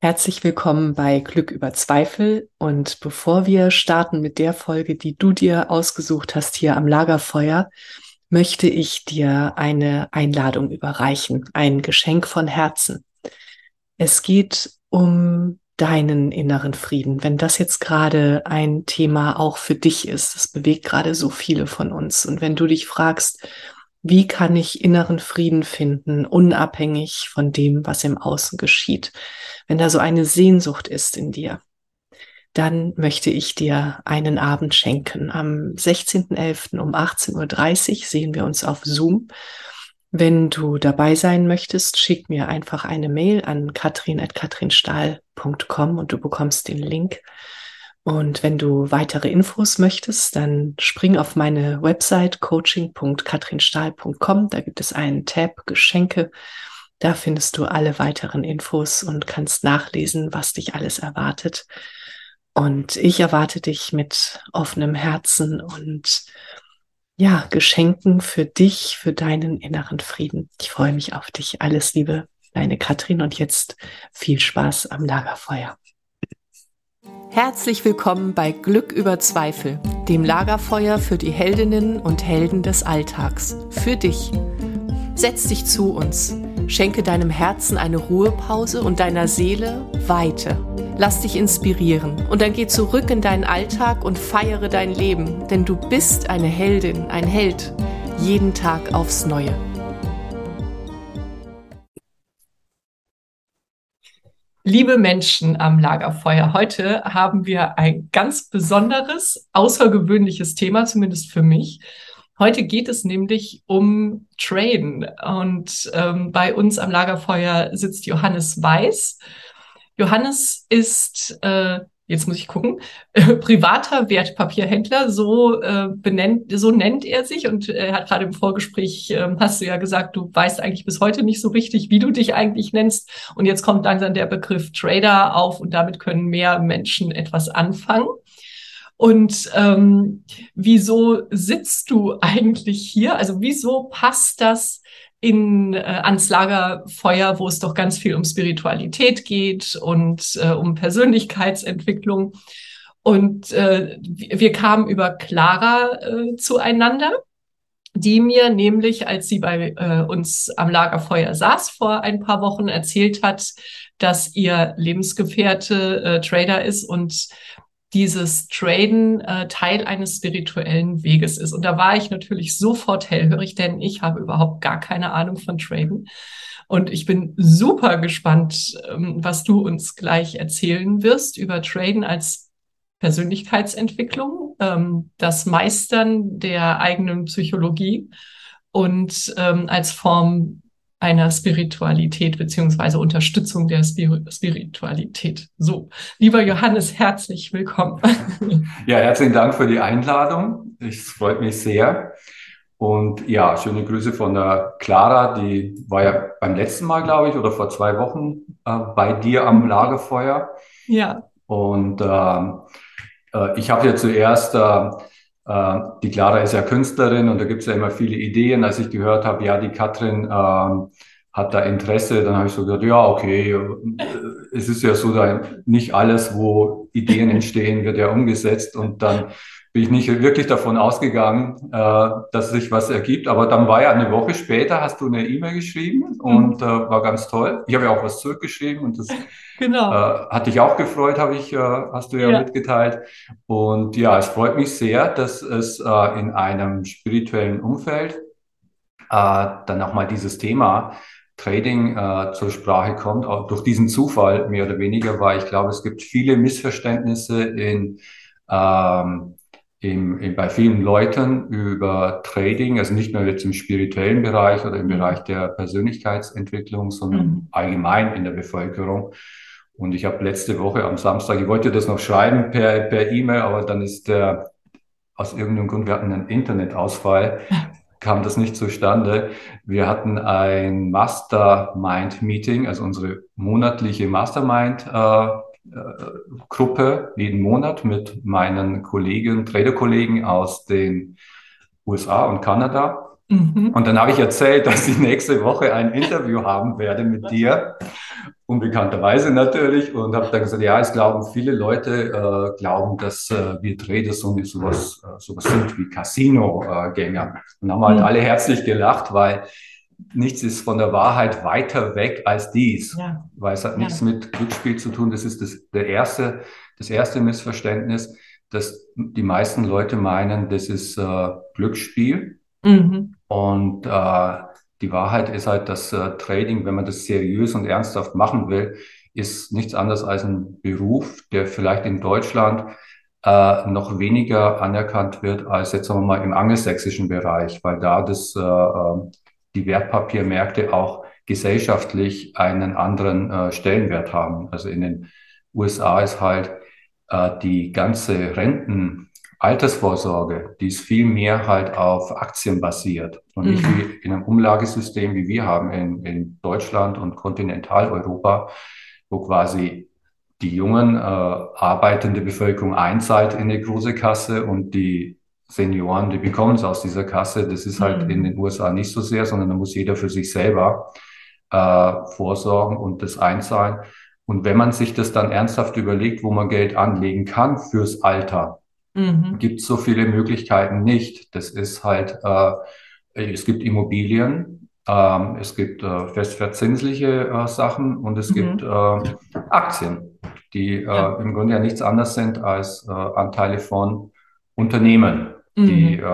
Herzlich willkommen bei Glück über Zweifel. Und bevor wir starten mit der Folge, die du dir ausgesucht hast hier am Lagerfeuer, möchte ich dir eine Einladung überreichen, ein Geschenk von Herzen. Es geht um deinen inneren Frieden. Wenn das jetzt gerade ein Thema auch für dich ist, das bewegt gerade so viele von uns. Und wenn du dich fragst, wie kann ich inneren Frieden finden, unabhängig von dem, was im Außen geschieht? Wenn da so eine Sehnsucht ist in dir, dann möchte ich dir einen Abend schenken. Am 16.11. um 18:30 Uhr sehen wir uns auf Zoom. Wenn du dabei sein möchtest, schick mir einfach eine Mail an katrin@katrinstahl.com und du bekommst den Link. Und wenn du weitere Infos möchtest, dann spring auf meine Website coaching.katrinstahl.com. Da gibt es einen Tab Geschenke. Da findest du alle weiteren Infos und kannst nachlesen, was dich alles erwartet. Und ich erwarte dich mit offenem Herzen und ja, Geschenken für dich, für deinen inneren Frieden. Ich freue mich auf dich. Alles Liebe, deine Katrin. Und jetzt viel Spaß am Lagerfeuer. Herzlich willkommen bei Glück über Zweifel, dem Lagerfeuer für die Heldinnen und Helden des Alltags. Für dich. Setz dich zu uns. Schenke deinem Herzen eine Ruhepause und deiner Seele Weite. Lass dich inspirieren und dann geh zurück in deinen Alltag und feiere dein Leben, denn du bist eine Heldin, ein Held, jeden Tag aufs Neue. Liebe Menschen am Lagerfeuer, heute haben wir ein ganz besonderes, außergewöhnliches Thema, zumindest für mich. Heute geht es nämlich um Traden und bei uns am Lagerfeuer sitzt Johannes Weiß. Johannes ist, jetzt muss ich gucken, privater Wertpapierhändler, so nennt er sich, und er hat gerade im Vorgespräch, hast du ja gesagt, du weißt eigentlich bis heute nicht so richtig, wie du dich eigentlich nennst, und jetzt kommt langsam der Begriff Trader auf und damit können mehr Menschen etwas anfangen. Und wieso sitzt du eigentlich hier? Also wieso passt das ans Lagerfeuer, wo es doch ganz viel um Spiritualität geht und um Persönlichkeitsentwicklung? Und wir kamen über Clara zueinander, die mir nämlich, als sie bei uns am Lagerfeuer saß vor ein paar Wochen, erzählt hat, dass ihr Lebensgefährte Trader ist und dieses Traden Teil eines spirituellen Weges ist. Und da war ich natürlich sofort hellhörig, denn ich habe überhaupt gar keine Ahnung von Traden. Und ich bin super gespannt, was du uns gleich erzählen wirst über Traden als Persönlichkeitsentwicklung, das Meistern der eigenen Psychologie und als Form einer Spiritualität beziehungsweise Unterstützung der Spiritualität. So, lieber Johannes, herzlich willkommen. Ja, herzlichen Dank für die Einladung. Es freut mich sehr. Und ja, schöne Grüße von der Clara, die war ja beim letzten Mal, glaube ich, oder vor 2 Wochen bei dir am Lagerfeuer. Ja. Und ich habe ja zuerst, die Clara ist ja Künstlerin und da gibt es ja immer viele Ideen. Als ich gehört habe, ja, die Katrin hat da Interesse, dann habe ich so gedacht, ja, okay, es ist ja so, da nicht alles, wo Ideen entstehen, wird ja umgesetzt. Und dann bin ich nicht wirklich davon ausgegangen, dass sich was ergibt. Aber dann war ja eine Woche später, hast du eine E-Mail geschrieben und war ganz toll. Ich habe ja auch was zurückgeschrieben und das Genau. hat dich auch gefreut, hast du ja mitgeteilt. Und ja, es freut mich sehr, dass es in einem spirituellen Umfeld dann auch mal dieses Thema Trading zur Sprache kommt, auch durch diesen Zufall mehr oder weniger, weil ich glaube, es gibt viele Missverständnisse bei vielen Leuten über Trading, also nicht nur jetzt im spirituellen Bereich oder im Bereich der Persönlichkeitsentwicklung, sondern allgemein in der Bevölkerung. Und ich habe letzte Woche am Samstag, ich wollte das noch schreiben per E-Mail, aber dann ist aus irgendeinem Grund, wir hatten einen Internetausfall, kam das nicht zustande. Wir hatten ein Mastermind-Meeting, also unsere monatliche Mastermind-Gruppe, jeden Monat mit meinen Trader-Kollegen aus den USA und Kanada. Und dann habe ich erzählt, dass ich nächste Woche ein Interview haben werde mit dir. unbekannterweise natürlich, und habe dann gesagt, ja, es glauben viele Leute, glauben, dass wir Trader sowas sind wie Casino-Gänger. Und haben halt Mhm. alle herzlich gelacht, weil nichts ist von der Wahrheit weiter weg als dies, Ja, weil es hat nichts ja. mit Glücksspiel zu tun. Das ist das erste Missverständnis, dass die meisten Leute meinen, das ist Glücksspiel. Mhm. Und die Wahrheit ist halt, dass Trading, wenn man das seriös und ernsthaft machen will, ist nichts anderes als ein Beruf, der vielleicht in Deutschland noch weniger anerkannt wird als jetzt sagen wir mal im angelsächsischen Bereich, weil da die Wertpapiermärkte auch gesellschaftlich einen anderen Stellenwert haben. Also in den USA ist halt die ganze Altersvorsorge, die ist viel mehr halt auf Aktien basiert und nicht wie Mhm. in einem Umlagesystem, wie wir haben in Deutschland und Kontinentaleuropa, wo quasi die jungen arbeitende Bevölkerung einzahlt in eine große Kasse und die Senioren, die bekommen es aus dieser Kasse. Das ist halt in den Mhm. USA nicht so sehr, sondern da muss jeder für sich selber vorsorgen und das einzahlen. Und wenn man sich das dann ernsthaft überlegt, wo man Geld anlegen kann fürs Alter, Mhm. gibt es so viele Möglichkeiten nicht. Das ist halt, es gibt Immobilien, es gibt festverzinsliche Sachen und es gibt Mhm. Aktien, die Ja. im Grunde ja nichts anderes sind als Anteile von Unternehmen, die Mhm.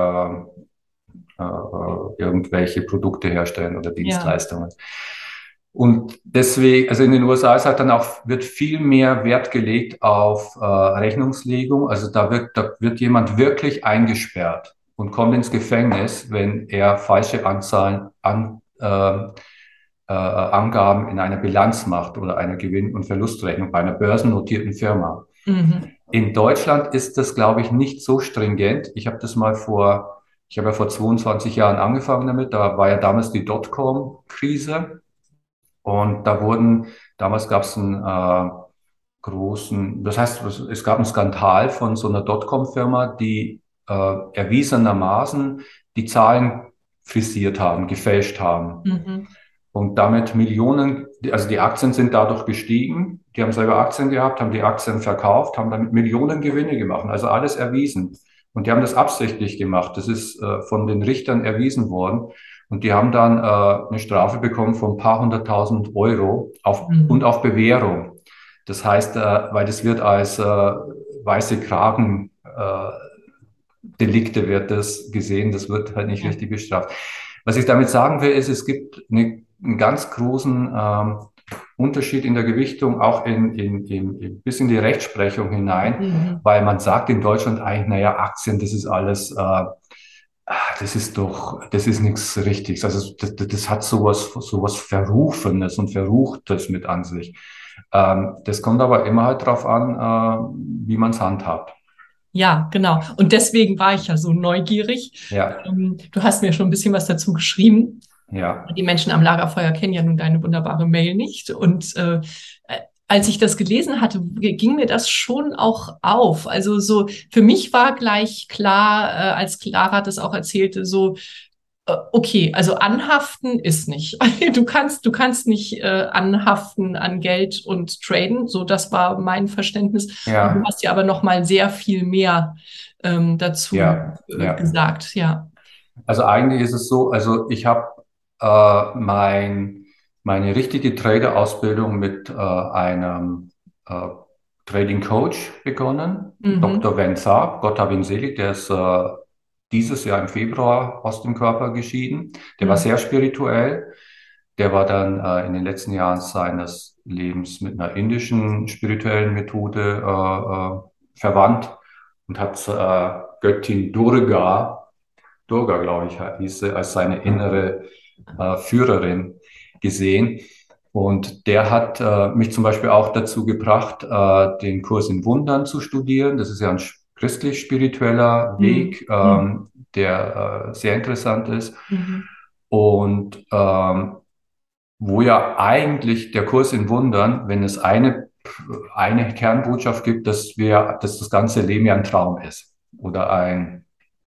irgendwelche Produkte herstellen oder Ja. Dienstleistungen. Und deswegen, also in den USA ist halt dann auch, wird viel mehr Wert gelegt auf Rechnungslegung. Also da wird jemand wirklich eingesperrt und kommt ins Gefängnis, wenn er falsche Angaben in einer Bilanz macht oder einer Gewinn- und Verlustrechnung bei einer börsennotierten Firma. Mhm. In Deutschland ist das, glaube ich, nicht so stringent. Ich habe ja vor 22 Jahren angefangen damit. Da war ja damals die Dotcom-Krise. Und damals gab es einen das heißt, es gab einen Skandal von so einer Dotcom-Firma, die erwiesenermaßen die Zahlen frisiert haben, gefälscht haben. Mhm. Und damit Millionen, also die Aktien sind dadurch gestiegen. Die haben selber Aktien gehabt, haben die Aktien verkauft, haben damit Millionen Gewinne gemacht. Also alles erwiesen. Und die haben das absichtlich gemacht. Das ist von den Richtern erwiesen worden. Und die haben dann eine Strafe bekommen von ein paar hunderttausend Euro und Mhm. auf Bewährung. Das heißt, weil das wird als weiße Delikte wird das gesehen, das wird halt nicht Ja. richtig bestraft. Was ich damit sagen will, ist, es gibt einen ganz großen Unterschied in der Gewichtung, auch bis in die Rechtsprechung hinein, Mhm. weil man sagt in Deutschland eigentlich, naja, Aktien, das ist alles, das ist nichts Richtiges. Also das hat sowas Verrufenes und Verruchtes mit an sich. Das kommt aber immer halt drauf an, wie man es handhabt. Ja, genau. Und deswegen war ich ja so neugierig. Ja, Du hast mir schon ein bisschen was dazu geschrieben. ja. Die Menschen am Lagerfeuer kennen ja nun deine wunderbare Mail nicht. Und als ich das gelesen hatte, ging mir das schon auch auf. Also so für mich war gleich klar, als Clara das auch erzählte, so okay, also anhaften ist nicht. Du kannst nicht anhaften an Geld und traden. So, das war mein Verständnis. Und du Ja, hast ja aber noch mal sehr viel mehr dazu ja, ja. gesagt. Ja. Also eigentlich ist es so, also ich habe meine richtige Trader-Ausbildung mit einem äh, Trading Coach begonnen, Mhm. Dr. Wen Saab, Gott hab ihn selig, der ist dieses Jahr im Februar aus dem Körper geschieden. Der war Mhm. sehr spirituell. Der war dann in den letzten Jahren seines Lebens mit einer indischen spirituellen Methode verwandt und hat Göttin Durga, glaube ich, hieß sie, als seine innere Führerin gesehen. Und der hat mich zum Beispiel auch dazu gebracht, den Kurs in Wundern zu studieren. Das ist ja ein christlich-spiritueller Mhm. Weg, Mhm. der sehr interessant ist. Mhm. Und wo ja eigentlich der Kurs in Wundern, wenn es eine Kernbotschaft gibt, dass das ganze Leben ja ein Traum ist oder ein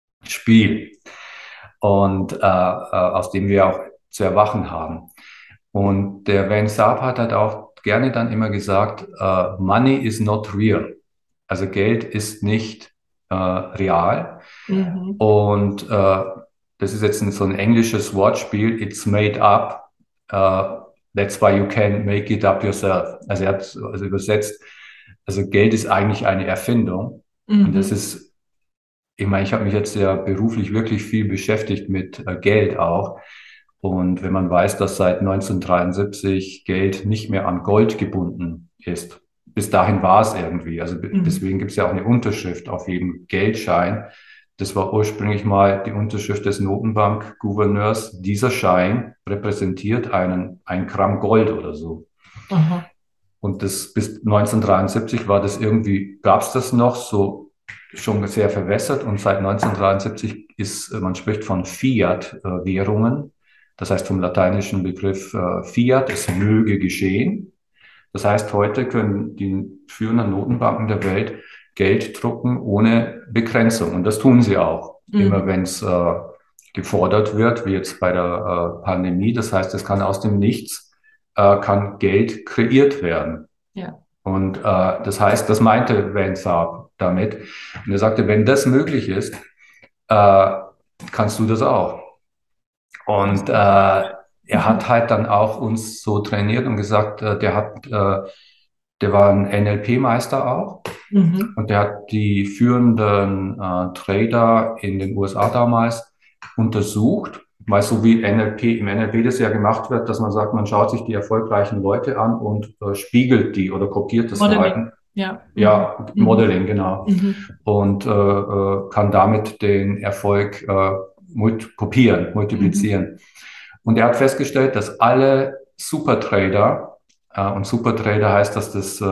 Spiel und aus dem wir auch zu erwachen haben. Und der Van Saab hat halt auch gerne dann immer gesagt, Money is not real. Also Geld ist nicht real. Mhm. Und das ist jetzt so ein englisches Wortspiel, it's made up. That's why you can make it up yourself. Also er hat also übersetzt, also Geld ist eigentlich eine Erfindung. Und das Mhm. ist, ich meine, ich habe mich jetzt ja beruflich wirklich viel beschäftigt mit Geld auch. Und wenn man weiß, dass seit 1973 Geld nicht mehr an Gold gebunden ist, bis dahin war es irgendwie. Also Mhm. deswegen gibt es ja auch eine Unterschrift auf jedem Geldschein. Das war ursprünglich mal die Unterschrift des Notenbankgouverneurs. Dieser Schein repräsentiert ein Gramm Gold oder so. Aha. Und das bis 1973 war das irgendwie, gab es das noch so schon sehr verwässert. Und seit 1973 ist, man spricht von Fiat-Währungen. Das heißt vom lateinischen Begriff Fiat, es möge geschehen. Das heißt, heute können die führenden Notenbanken der Welt Geld drucken ohne Begrenzung. Und das tun sie auch. Immer Mhm. wenn es gefordert wird, wie jetzt bei der Pandemie. Das heißt, es kann aus dem Nichts, kann Geld kreiert werden. Ja. Und das heißt, das meinte Van Saab damit. Und er sagte, wenn das möglich ist, äh, kannst du das auch. Und er hat halt dann auch uns so trainiert und gesagt, der war ein NLP-Meister auch. Mhm. Und der hat die führenden Trader in den USA damals untersucht, weil so wie NLP, im NLP das ja gemacht wird, dass man sagt, man schaut sich die erfolgreichen Leute an und spiegelt die oder kopiert das Modeling. Verhalten. Ja. Mhm. Ja, Mhm. Modeling, genau. Mhm. Und kann damit den Erfolg kopieren, Mhm. multiplizieren. Und er hat festgestellt, dass alle Supertrader, und Supertrader heißt, dass das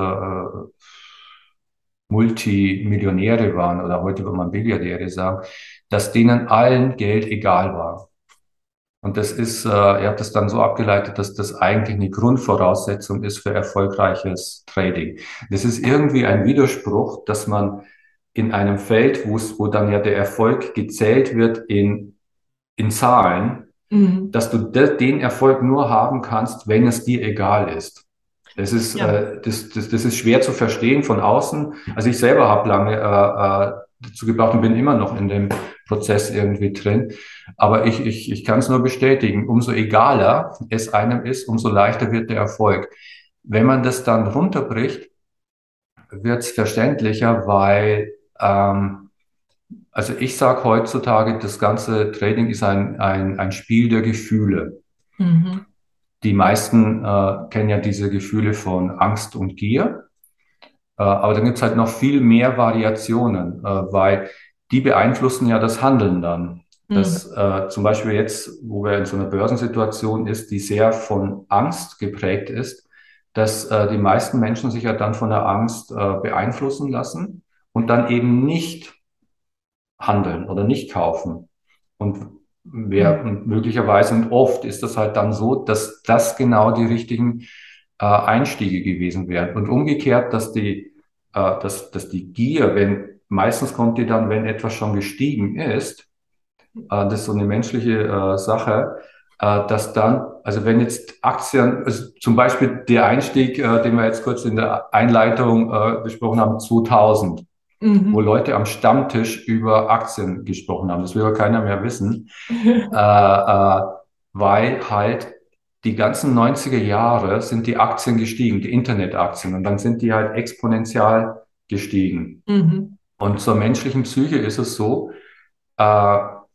Multimillionäre waren oder heute würde man Milliardäre sagen, dass denen allen Geld egal war. Und das ist, er hat das dann so abgeleitet, dass das eigentlich eine Grundvoraussetzung ist für erfolgreiches Trading. Das ist irgendwie ein Widerspruch, dass man in einem Feld, wo dann ja der Erfolg gezählt wird in Zahlen, Mhm. dass du den Erfolg nur haben kannst, wenn es dir egal ist. Ja. Das ist schwer zu verstehen von außen. Also ich selber habe lange dazu gebraucht und bin immer noch in dem Prozess irgendwie drin. Aber ich kann es nur bestätigen. Umso egaler es einem ist, umso leichter wird der Erfolg. Wenn man das dann runterbricht, wird es verständlicher, weil also ich sage heutzutage, das ganze Trading ist ein Spiel der Gefühle. Mhm. Die meisten kennen ja diese Gefühle von Angst und Gier. Aber dann gibt's halt noch viel mehr Variationen, weil die beeinflussen ja das Handeln dann. Mhm. Das zum Beispiel jetzt, wo wir in so einer Börsensituation ist, die sehr von Angst geprägt ist, dass die meisten Menschen sich ja dann von der Angst beeinflussen lassen und dann eben nicht handeln oder nicht kaufen. Und Mhm. und möglicherweise und oft ist das halt dann so, dass das genau die richtigen Einstiege gewesen wären. Und umgekehrt, dass die Gier, wenn meistens kommt die dann, wenn etwas schon gestiegen ist, das ist so eine menschliche Sache, dass dann, also wenn jetzt Aktien, also zum Beispiel der Einstieg, den wir jetzt kurz in der Einleitung besprochen haben, 2000, wo Mhm. Leute am Stammtisch über Aktien gesprochen haben. Das will ja keiner mehr wissen, weil halt die ganzen 90er Jahre sind die Aktien gestiegen, die Internetaktien, und dann sind die halt exponentiell gestiegen. Mhm. Und zur menschlichen Psyche ist es so, äh,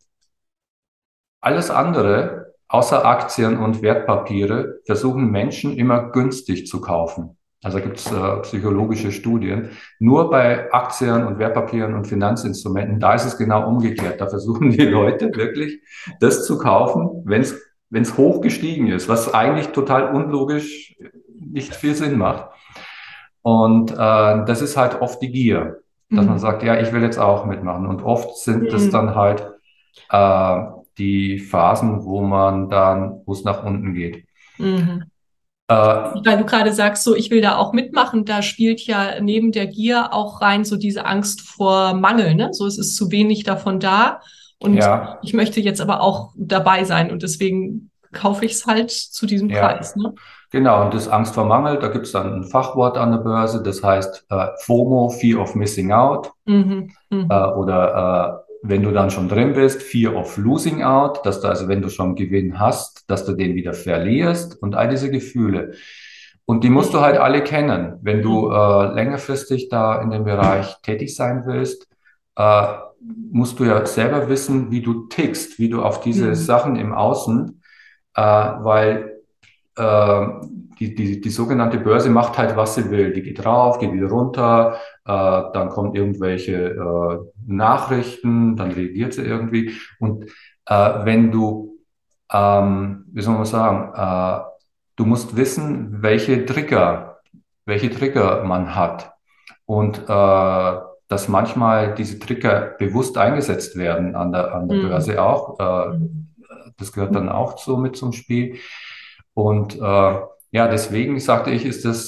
alles andere, außer Aktien und Wertpapiere, versuchen Menschen immer günstig zu kaufen. Also gibt es psychologische Studien. Nur bei Aktien und Wertpapieren und Finanzinstrumenten, da ist es genau umgekehrt. Da versuchen die Leute wirklich, das zu kaufen, wenn es hoch gestiegen ist, was eigentlich total unlogisch nicht viel Sinn macht. Und das ist halt oft die Gier, dass man Mhm. sagt, ja, ich will jetzt auch mitmachen. Und oft sind es Mhm. dann halt äh, die Phasen, wo es nach unten geht. Mhm. Äh, Weil du gerade sagst, so, ich will da auch mitmachen, da spielt ja neben der Gier auch rein so diese Angst vor Mangel, ne? So, es ist zu wenig davon da und ja, ich möchte jetzt aber auch dabei sein und deswegen kaufe ich es halt zu diesem Ja, Preis, ne? genau. Und das Angst vor Mangel, da gibt es dann ein Fachwort an der Börse, das heißt FOMO, Fear of Missing Out. Mhm, mhm, Oder wenn du dann schon drin bist, Fear of Losing Out, dass du also, wenn du schon Gewinn hast, dass du den wieder verlierst und all diese Gefühle. Und die musst du halt mhm, alle kennen. Wenn du mhm, längerfristig da in dem Bereich tätig sein willst, äh, musst du ja selber wissen, wie du tickst, wie du auf diese mhm, Sachen im Außen, weil äh, die sogenannte Börse macht halt, was sie will. Die geht rauf, geht wieder runter, dann kommen irgendwelche Nachrichten, dann reagiert sie irgendwie. Und wenn du, wie soll man sagen, du musst wissen, welche Trigger man hat. Und dass manchmal diese Trigger bewusst eingesetzt werden an der mhm, Börse auch. mhm. Das gehört dann auch so mit zum Spiel. Und ja, deswegen sagte ich, ist das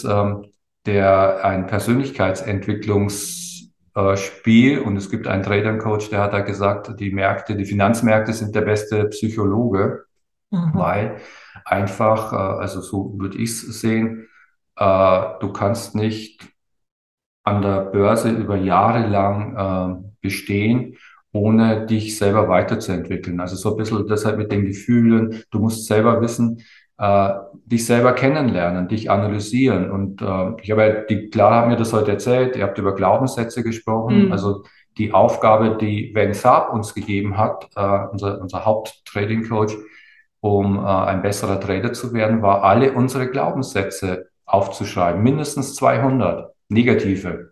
ein Persönlichkeitsentwicklungsspiel Spiel. Und es gibt einen Trader-Coach, der hat da gesagt, die Finanzmärkte sind der beste Psychologe, Aha. weil einfach, also so würde ich es sehen, du kannst nicht an der Börse über Jahre lang bestehen, ohne dich selber weiterzuentwickeln. Also so ein bisschen deshalb mit den Gefühlen. Du musst selber wissen, dich selber kennenlernen, dich analysieren. Und ich habe ja, die Clara hat mir das heute erzählt, ihr habt über Glaubenssätze gesprochen. Mhm. Also die Aufgabe, die Van Saab uns gegeben hat, unser Haupt-Trading-Coach, um ein besserer Trader zu werden, war, alle unsere Glaubenssätze aufzuschreiben, mindestens 200 negative.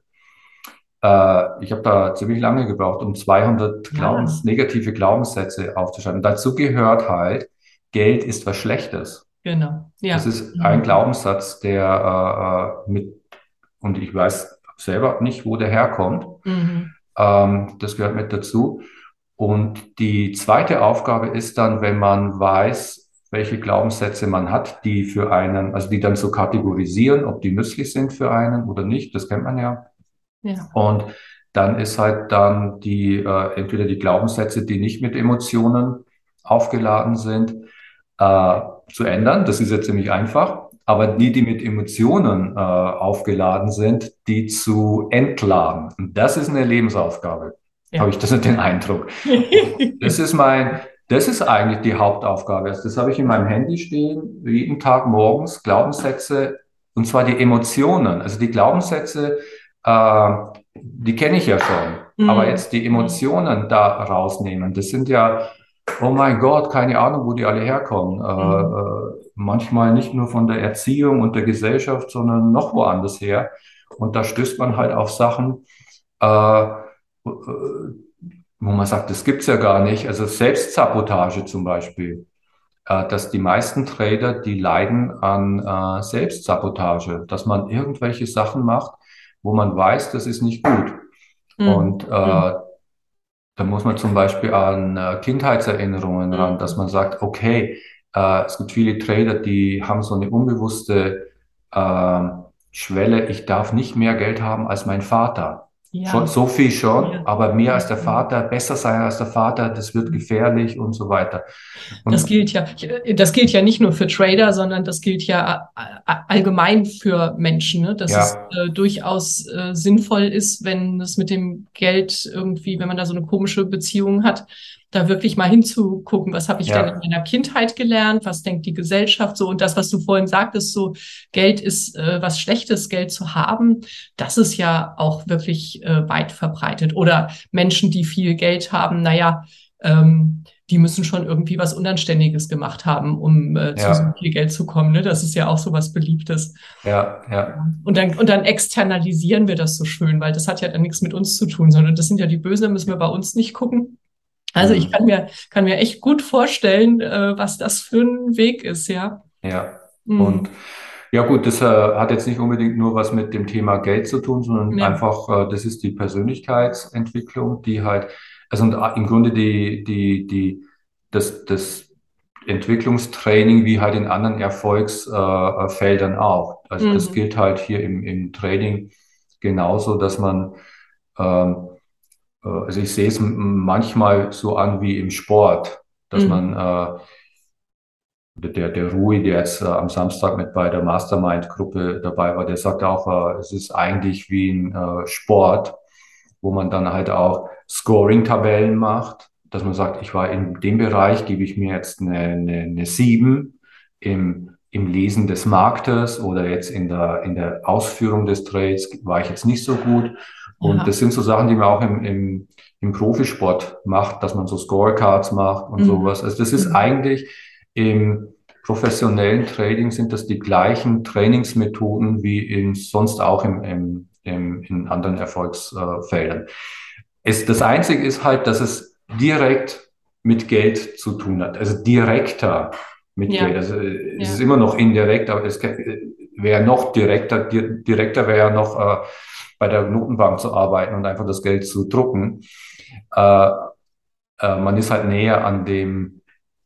Ich habe da ziemlich lange gebraucht, um 200 Ja, negative Glaubenssätze aufzuschreiben. Dazu gehört halt, Geld ist was Schlechtes. genau. Das Ja. ist ein Mhm. Glaubenssatz, und ich weiß selber nicht, wo der herkommt. Mhm. Das gehört mit dazu. Und die zweite Aufgabe ist dann, wenn man weiß, welche Glaubenssätze man hat, die für einen, also die dann so kategorisieren, ob die nützlich sind für einen oder nicht, das kennt man ja. Ja. Und dann ist halt dann entweder die Glaubenssätze, die nicht mit Emotionen aufgeladen sind, zu ändern. Das ist ja ziemlich einfach. Aber die mit Emotionen aufgeladen sind, die zu entladen. Und das ist eine Lebensaufgabe. Habe Ja. ich das den Eindruck. Das ist das ist eigentlich die Hauptaufgabe. Also das habe ich in meinem Handy stehen, jeden Tag morgens Glaubenssätze, und zwar die Emotionen. Also die Glaubenssätze, die kenne ich ja schon. Aber Mhm. jetzt die Mhm. Emotionen da rausnehmen, das sind ja, oh mein Gott, keine Ahnung, wo die alle herkommen. Mhm. Manchmal nicht nur von der Erziehung und der Gesellschaft, sondern noch woanders her. Und da stößt man halt auf Sachen, wo man sagt, das gibt's ja gar nicht. Also Selbstsabotage zum Beispiel, dass die meisten Trader, die leiden an Selbstsabotage, dass man irgendwelche Sachen macht, wo man weiß, das ist nicht gut. Mhm. Und Mhm. da muss man zum Beispiel an Kindheitserinnerungen ran, dass Mhm. man sagt, okay, es gibt viele Trader, die haben so eine unbewusste äh, Schwelle, ich darf nicht mehr Geld haben als mein Vater. Schon, Ja. so viel schon, Ja. aber mehr als der Mhm. Vater, besser sein als der Vater, das wird gefährlich und so weiter. Das Und gilt ja, das gilt ja nicht nur für Trader, sondern das gilt ja allgemein für Menschen, ne? Dass es ja, durchaus sinnvoll ist, wenn es mit dem Geld irgendwie, wenn man da so eine komische Beziehung hat, da wirklich mal hinzugucken, was habe ich denn in ja, meiner Kindheit gelernt, was denkt die Gesellschaft so und das, was du vorhin sagtest, so Geld ist was Schlechtes, Geld zu haben, das ist ja auch wirklich weit verbreitet. Oder Menschen, die viel Geld haben, naja, die müssen schon irgendwie was Unanständiges gemacht haben, um zu so ja, viel Geld zu kommen. Ne? Das ist ja auch so was Beliebtes. ja, ja, Und dann externalisieren wir das so schön, weil das hat ja dann nichts mit uns zu tun, sondern das sind ja die Bösen, da müssen wir bei uns nicht gucken. Also ich hm, kann mir echt gut vorstellen, was das für ein Weg ist, ja. ja. Und Mhm. ja gut, das hat jetzt nicht unbedingt nur was mit dem Thema Geld zu tun, sondern Ja. einfach, das ist die Persönlichkeitsentwicklung, die halt, also und im Grunde das Entwicklungstraining wie halt in anderen Feldern auch. Also das Mhm. gilt halt hier im Trading genauso, dass man, also ich sehe es manchmal so an wie im Sport, dass man Mhm. der Rui, der jetzt am Samstag mit bei der Mastermind-Gruppe dabei war, der sagte auch, es ist eigentlich wie ein Sport, wo man dann halt auch Scoring-Tabellen macht, dass man sagt, ich war in dem Bereich, gebe ich mir jetzt eine 7 im Lesen des Marktes oder jetzt in der Ausführung des Trades war ich jetzt nicht so gut. Und Ja. das sind so Sachen, die man auch im Profisport macht, dass man so Scorecards macht und sowas. Also das ist Mhm. eigentlich im professionellen Trading sind das die gleichen Trainingsmethoden wie sonst auch in anderen Erfolgsfeldern. Das Einzige ist halt, dass es direkt mit Geld zu tun hat, also direkter mit Geld. Ja, Also es ist ja. immer noch indirekt, aber es wäre noch direkter. Direkter wäre ja noch bei der Notenbank zu arbeiten und einfach das Geld zu drucken. Äh, man ist halt näher an dem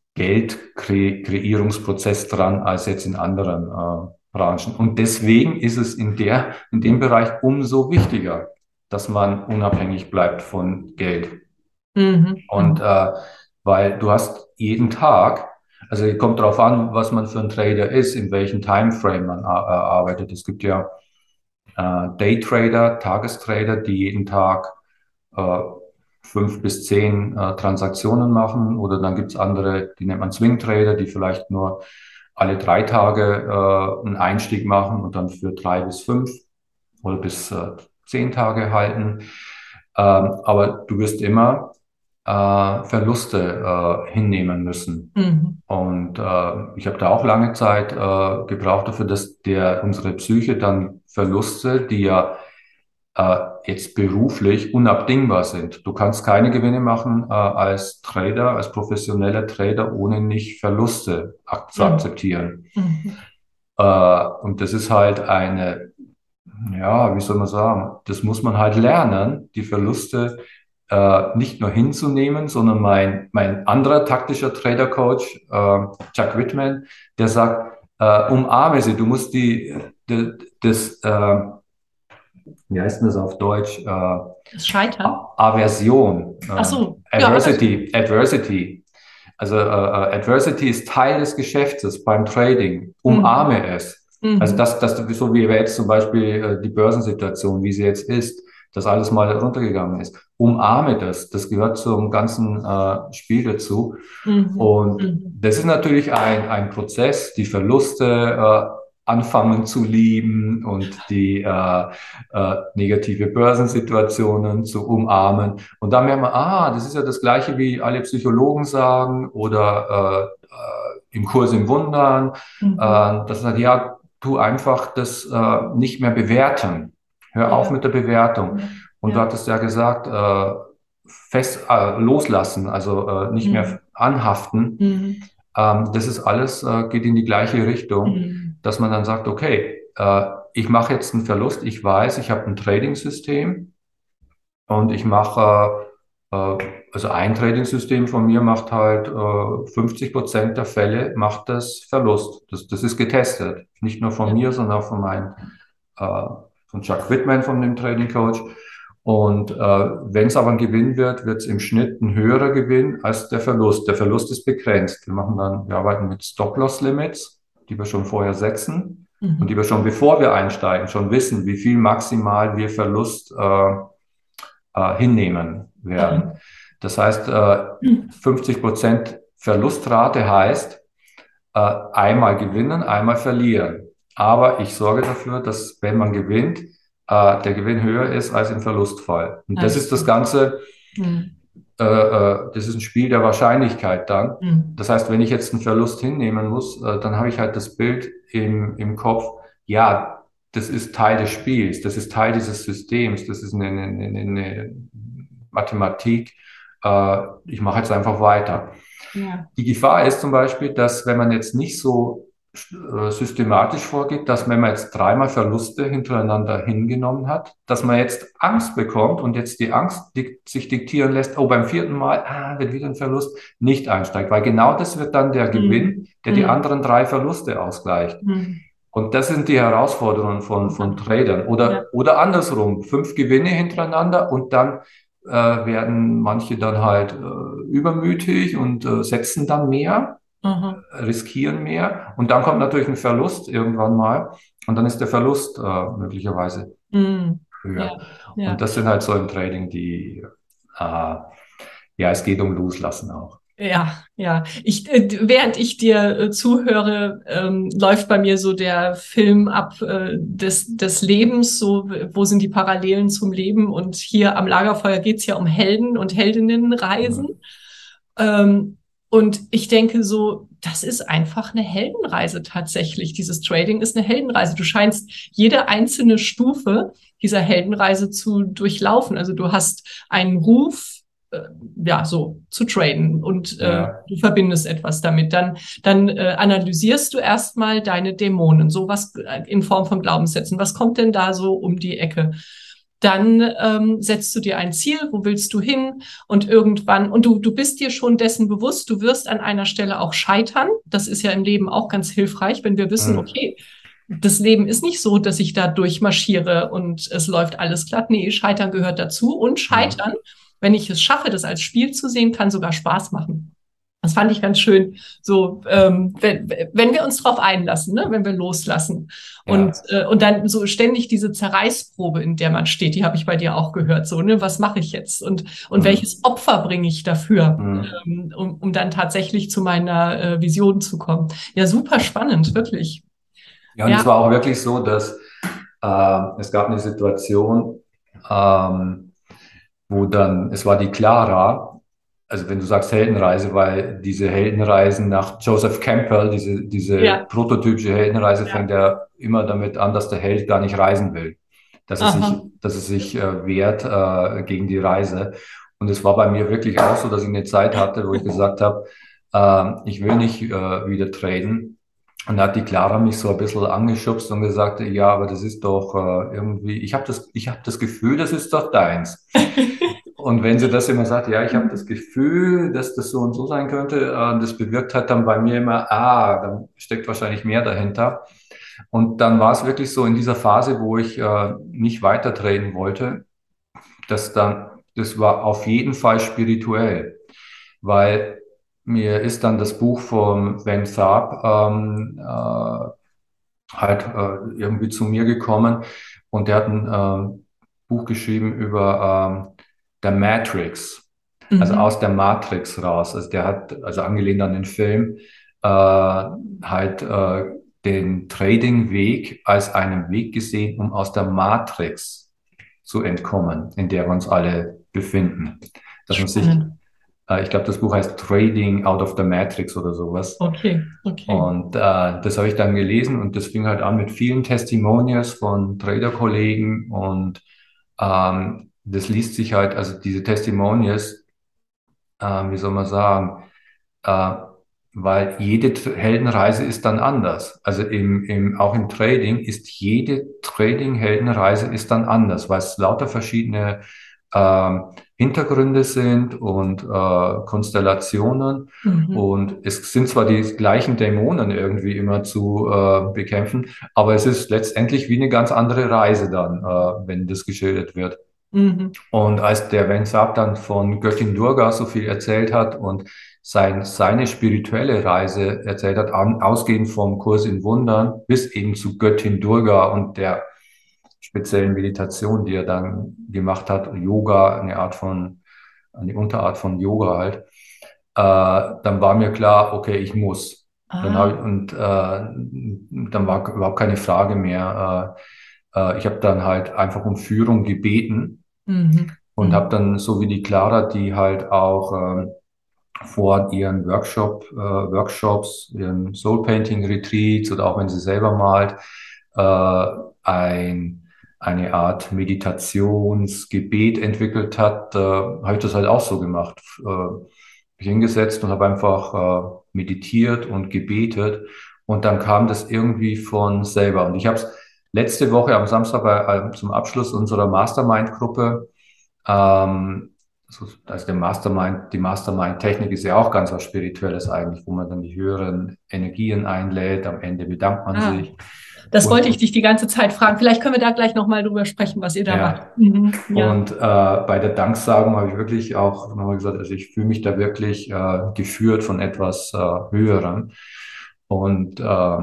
Geldkreierungsprozess dran als jetzt in anderen Branchen. Und deswegen ist es in dem Bereich umso wichtiger, dass man unabhängig bleibt von Geld. Mhm. Und Mhm. weil du hast jeden Tag, also es kommt darauf an, was man für ein Trader ist, in welchem Timeframe man arbeitet. Es gibt ja Daytrader, Tagestrader, die jeden Tag äh, 5 bis 10 Transaktionen machen. Oder dann gibt's andere, die nennt man Swing Trader, die vielleicht nur alle 3 Tage einen Einstieg machen und dann für 3 bis 5 oder bis 10 Tage halten. Aber du wirst immer Verluste hinnehmen müssen. Mhm. Und ich habe da auch lange Zeit gebraucht dafür, dass unsere Psyche dann Verluste, die ja jetzt beruflich unabdingbar sind. Du kannst keine Gewinne machen als Trader, als professioneller Trader, ohne nicht Verluste zu Mhm. akzeptieren. Mhm. Und das ist halt ja, wie soll man sagen, das muss man halt lernen, die Verluste nicht nur hinzunehmen, sondern mein anderer taktischer Trader-Coach, Chuck Whitman, der sagt, umarme sie, du musst das, wie heißt denn das auf Deutsch? Das Scheitern? Aversion, Ach so, ja, Aversion. Adversity. Also Adversity ist Teil des Geschäftes beim Trading. Mhm. Umarme es. Also Mhm. so wie jetzt zum Beispiel die Börsensituation, wie sie jetzt ist, dass alles mal runtergegangen ist. Umarme das. Das gehört zum ganzen Spiel dazu. Mhm. Und Mhm. das ist natürlich ein Prozess, die Verluste anfangen zu lieben und die negative Börsensituationen zu umarmen. Und dann merkt man, das ist ja das Gleiche, wie alle Psychologen sagen oder im Kurs im Wundern. Mhm. Das sagt, ja, tu einfach das nicht mehr bewerten. Hör auf Ja, mit der Bewertung. ja, Und du ja. hattest ja gesagt, loslassen, also nicht Mhm. mehr anhaften. Mhm. Das ist alles, geht in die gleiche Richtung, Mhm. dass man dann sagt, okay, ich mache jetzt einen Verlust, ich weiß, ich habe ein Trading-System und ich mache, also ein Trading-System von mir macht halt 50% der Fälle macht das Verlust. Das ist getestet. Nicht nur von Ja. mir, sondern auch äh, von Chuck Whitman, von dem Trading Coach. Und wenn es aber ein Gewinn wird, wird es im Schnitt ein höherer Gewinn als der Verlust. Der Verlust ist begrenzt. Wir arbeiten mit Stop-Loss-Limits, die wir schon vorher setzen und die Mhm. wir schon bevor wir einsteigen schon wissen, wie viel maximal wir Verlust hinnehmen werden. Mhm. Das heißt, Mhm. 50% Verlustrate heißt einmal gewinnen, einmal verlieren. Aber ich sorge dafür, dass wenn man gewinnt, der Gewinn höher ist als im Verlustfall. Und das ist das Also. Ganze, Mhm. das ist ein Spiel der Wahrscheinlichkeit dann. Mhm. Das heißt, wenn ich jetzt einen Verlust hinnehmen muss, dann habe ich halt das Bild im Kopf, ja, das ist Teil des Spiels, das ist Teil dieses Systems, das ist eine Mathematik. Ich mache jetzt einfach weiter. Ja. Die Gefahr ist zum Beispiel, dass wenn man jetzt nicht so systematisch vorgeht, dass wenn man jetzt 3-mal Verluste hintereinander hingenommen hat, dass man jetzt Angst bekommt und jetzt die Angst sich diktieren lässt, oh, beim 4. Mal, wird wieder ein Verlust, nicht einsteigt, weil genau das wird dann der Gewinn, Mhm. der die Mhm. anderen 3 Verluste ausgleicht. Mhm. Und das sind die Herausforderungen von Ja. Tradern. Ja. Oder andersrum, 5 Gewinne hintereinander und dann werden manche dann halt übermütig und setzen dann mehr. Aha. riskieren mehr und dann kommt natürlich ein Verlust irgendwann mal und dann ist der Verlust möglicherweise Mhm. Ja, höher. Und ja. das sind halt so im Trading ja, es geht um Loslassen auch. Ja, ja. Während ich dir zuhöre, läuft bei mir so der Film ab des Lebens, so wo sind die Parallelen zum Leben? Und hier am Lagerfeuer geht's ja um Helden und Heldinnenreisen. Mhm. Ähm, und ich denke so, das ist einfach eine Heldenreise tatsächlich. Dieses Trading ist eine Heldenreise. Du scheinst jede einzelne Stufe dieser Heldenreise zu durchlaufen. Also du hast einen Ruf, äh, ja, so zu traden und Ja. du verbindest etwas damit. Dann analysierst du erstmal deine Dämonen, sowas in Form von Glaubenssätzen. Was kommt denn da so um die Ecke? Dann setzt du dir ein Ziel, wo willst du hin? Und irgendwann, und du bist dir schon dessen bewusst, du wirst an einer Stelle auch scheitern. Das ist ja im Leben auch ganz hilfreich, wenn wir wissen, Mhm. okay, das Leben ist nicht so, dass ich da durchmarschiere und es läuft alles glatt. Nee, Scheitern gehört dazu. Und Mhm. Scheitern, wenn ich es schaffe, das als Spiel zu sehen, kann sogar Spaß machen. Das fand ich ganz schön, so wenn wir uns drauf einlassen, ne? Wenn wir loslassen. Ja. Und dann so ständig diese Zerreißprobe, in der man steht, die habe ich bei dir auch gehört. So, ne? Was mache ich jetzt? Und welches Mhm. Opfer bringe ich dafür, Mhm. um dann tatsächlich zu meiner Vision zu kommen? Ja, super spannend, wirklich. Ja, und es Ja, war auch wirklich so, dass es gab eine Situation, ähm, wo dann, es war die Clara, also wenn du sagst Heldenreise, weil diese Heldenreisen nach Joseph Campbell, diese ja, prototypische Heldenreise ja. fängt ja immer damit an, dass der Held gar nicht reisen will, Aha. dass es sich wehrt gegen die Reise. Und es war bei mir wirklich auch so, dass ich eine Zeit hatte, wo ich gesagt habe, ich will nicht wieder traden. Und da hat die Clara mich so ein bisschen angeschubst und gesagt, ja, aber das ist doch irgendwie, ich hab das Gefühl, das ist doch deins. Und wenn sie das immer sagt, ja, ich habe das Gefühl, dass das so und so sein könnte, das bewirkt halt dann bei mir immer, dann steckt wahrscheinlich mehr dahinter. Und dann war es wirklich so in dieser Phase, wo ich nicht weiter traden wollte, das war auf jeden Fall spirituell, weil mir ist dann das Buch von Ben Tharp halt irgendwie zu mir gekommen und der hat ein Buch geschrieben über der Matrix, also Mhm. aus der Matrix raus. Also der hat, also angelehnt an den Film, halt den Trading-Weg als einen Weg gesehen, um aus der Matrix zu entkommen, in der wir uns alle befinden. Dass man sich, Spannend. ich glaube, das Buch heißt Trading Out of the Matrix oder sowas. Okay, okay. Und das habe ich dann gelesen und das fing halt an mit vielen Testimonials von Trader-Kollegen und das liest sich halt, also diese Testimonials, wie soll man sagen, äh, weil jede Heldenreise ist dann anders. Also auch im Trading ist jede Trading-Heldenreise ist dann anders, weil es lauter verschiedene ähm, Hintergründe sind und Konstellationen. Mhm. Und es sind zwar die gleichen Dämonen irgendwie immer zu bekämpfen, aber es ist letztendlich wie eine ganz andere Reise dann, wenn das geschildert wird. Mhm. Und als der Van Saab dann von Göttin Durga so viel erzählt hat und seine spirituelle Reise erzählt hat, ausgehend vom Kurs in Wundern bis eben zu Göttin Durga und der speziellen Meditation, die er dann gemacht hat, Yoga, eine Unterart von Yoga halt, dann war mir klar, okay, ich muss. Ah. Dann war überhaupt keine Frage mehr. Ich habe dann halt einfach um Führung gebeten Mhm. und habe Mhm. dann so wie die Clara, die halt auch vor ihren Workshops, ihren Soul Painting Retreats oder auch wenn sie selber malt, eine Art Meditationsgebet entwickelt hat, habe ich das halt auch so gemacht. Mich hingesetzt und habe einfach meditiert und gebetet und dann kam das irgendwie von selber. Und ich habe es letzte Woche am Samstag zum Abschluss unserer Mastermind-Gruppe also die Mastermind-Technik ist ja auch ganz was Spirituelles eigentlich, wo man dann die höheren Energien einlädt. Am Ende bedankt man Ah. sich. Das wollte ich Und dich die ganze Zeit fragen. Vielleicht können wir da gleich nochmal drüber sprechen, was ihr da macht. ja, Ja. und bei der Danksagung habe ich wirklich auch nochmal gesagt, also ich fühle mich da wirklich geführt von etwas Höherem und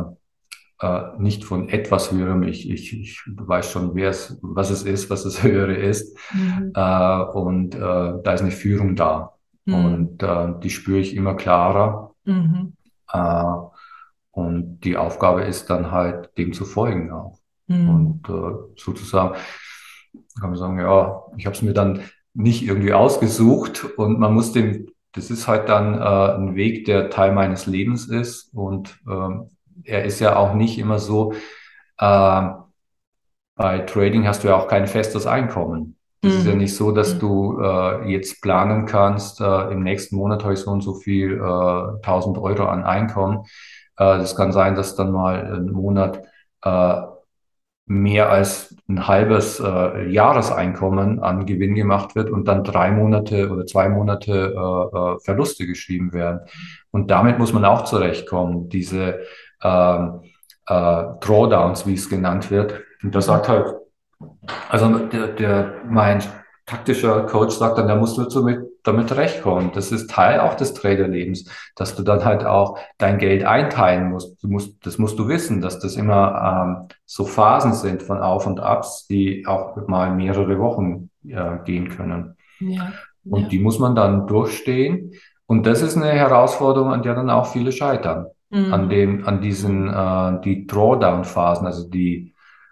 nicht von etwas Höherem. Ich weiß schon, was es ist, was das Höhere ist. Mhm. Und da ist eine Führung da. Mhm. Und die spüre ich immer klarer. Mhm. Äh, und die Aufgabe ist dann halt, dem zu folgen auch. Mhm. Und sozusagen kann man sagen, ja, ich habe es mir dann nicht irgendwie ausgesucht und das ist halt dann ein Weg, der Teil meines Lebens ist. Und er ist ja auch nicht immer so, äh, bei Trading hast du ja auch kein festes Einkommen. Das ist ja Mhm. nicht so, dass Mhm. du jetzt planen kannst, im nächsten Monat habe ich so und so viel 1.000 € an Einkommen. Das kann sein, dass dann mal ein Monat äh, mehr als ein halbes Jahreseinkommen an Gewinn gemacht wird und dann 3 Monate oder 2 Monate Verluste geschrieben werden. Und damit muss man auch zurechtkommen, diese ähm, Drawdowns, wie es genannt wird. Und das sagt halt, also mein taktischer Coach sagt dann, da musst du damit zurechtkommen. Das ist Teil auch des Traderlebens, dass du dann halt auch dein Geld einteilen musst. Das musst du wissen, dass das immer so Phasen sind von Auf und Abs, die auch mal mehrere Wochen gehen können. Ja. Und Ja. die muss man dann durchstehen. Und das ist eine Herausforderung, an der dann auch viele scheitern. Mhm. Die Drawdown-Phasen, also die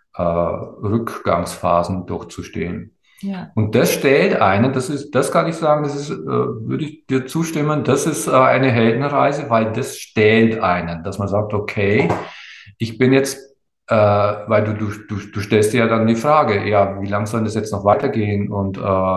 Rückgangsphasen durchzustehen. Ja. Und das stellt einen, das kann ich sagen, würde ich dir zustimmen, das ist eine Heldenreise, weil das stellt einen, dass man sagt, okay, ich bin jetzt, weil du stellst dir ja dann die Frage, ja, wie lang soll das jetzt noch weitergehen und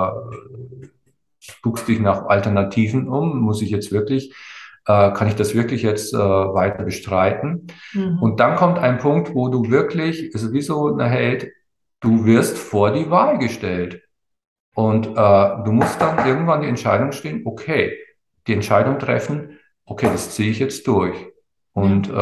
guckst dich nach Alternativen um, kann ich das wirklich jetzt weiter bestreiten? Mhm. Und dann kommt ein Punkt, wo du wirklich, also wie so ein Held, du wirst vor die Wahl gestellt. Und du musst dann irgendwann die Entscheidung stehen, okay, die Entscheidung treffen, okay, das ziehe ich jetzt durch. Ja. Und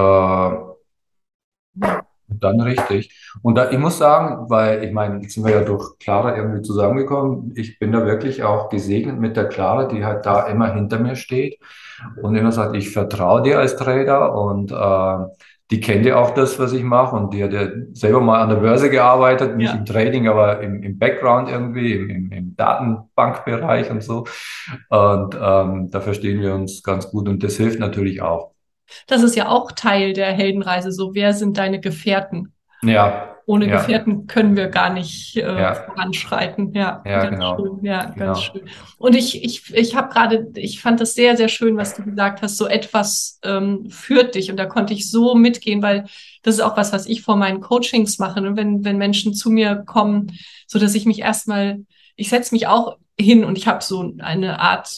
Ja. dann richtig. Und ich muss sagen, weil ich meine, jetzt sind wir ja durch Clara irgendwie zusammengekommen. Ich bin da wirklich auch gesegnet mit der Clara, die halt da immer hinter mir steht und immer sagt, ich vertraue dir als Trader und die kennt ja auch das, was ich mache und die hat ja selber mal an der Börse gearbeitet, nicht im Ja. Trading, aber im Background irgendwie, im Datenbankbereich und so. Und da verstehen wir uns ganz gut und das hilft natürlich auch. Das ist ja auch Teil der Heldenreise. So, wer sind deine Gefährten? Ja, Ohne ja, Gefährten können wir gar nicht ja, voranschreiten. Ja, ja, ganz genau, schön. Ja, ganz genau. schön. Und ich habe gerade, ich fand das sehr, sehr schön, was du gesagt hast. So etwas führt dich. Und da konnte ich so mitgehen, weil das ist auch was ich vor meinen Coachings mache. Ne? Wenn Menschen zu mir kommen, so dass ich mich erstmal, ich setze mich auch hin und ich habe so eine Art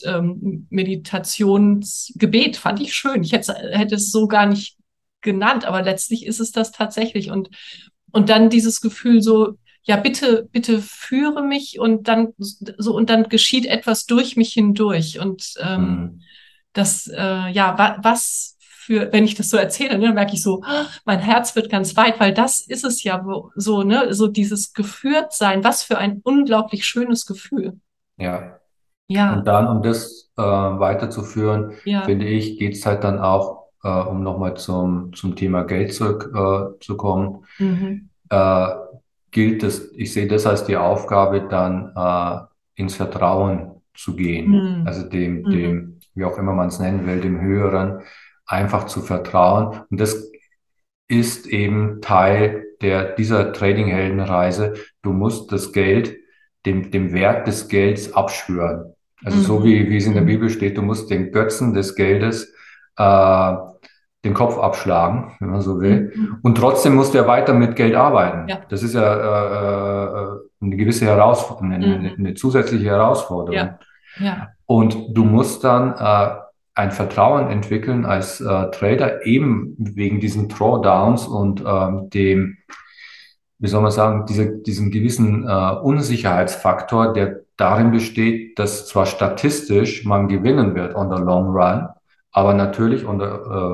Meditationsgebet, fand ich schön. Hätte es so gar nicht genannt, aber letztlich ist es das tatsächlich. Und dann dieses Gefühl so, ja, bitte, bitte führe mich und dann geschieht etwas durch mich hindurch. Und Hm. ja, was für, wenn ich das so erzähle, ne, dann merke ich so, mein Herz wird ganz weit, weil das ist es ja so, ne, so dieses Geführtsein, was für ein unglaublich schönes Gefühl. Ja, und Ja, dann, um das weiterzuführen, ja, finde ich, geht es halt dann auch, um nochmal zum Thema Geld zu kommen, mhm. äh, ich sehe das als die Aufgabe, dann ins Vertrauen zu gehen. Mhm. Also Mhm. wie auch immer man es nennen will, dem Höheren, einfach zu vertrauen. Und das ist eben Teil dieser Trading-Heldenreise. Du musst dem Wert des Gelds abschwören. Also so Mhm. wie es in der Mhm. Bibel steht, du musst den Götzen des Geldes äh, den Kopf abschlagen, wenn man so will. Mhm. Und trotzdem musst du ja weiter mit Geld arbeiten. Ja. Das ist ja eine gewisse Herausforderung, Mhm. eine zusätzliche Herausforderung. Ja. Ja. Und du musst dann ein Vertrauen entwickeln als Trader, eben wegen diesen Drawdowns und wie soll man sagen, diesen gewissen Unsicherheitsfaktor, der darin besteht, dass zwar statistisch man gewinnen wird on the long run, aber natürlich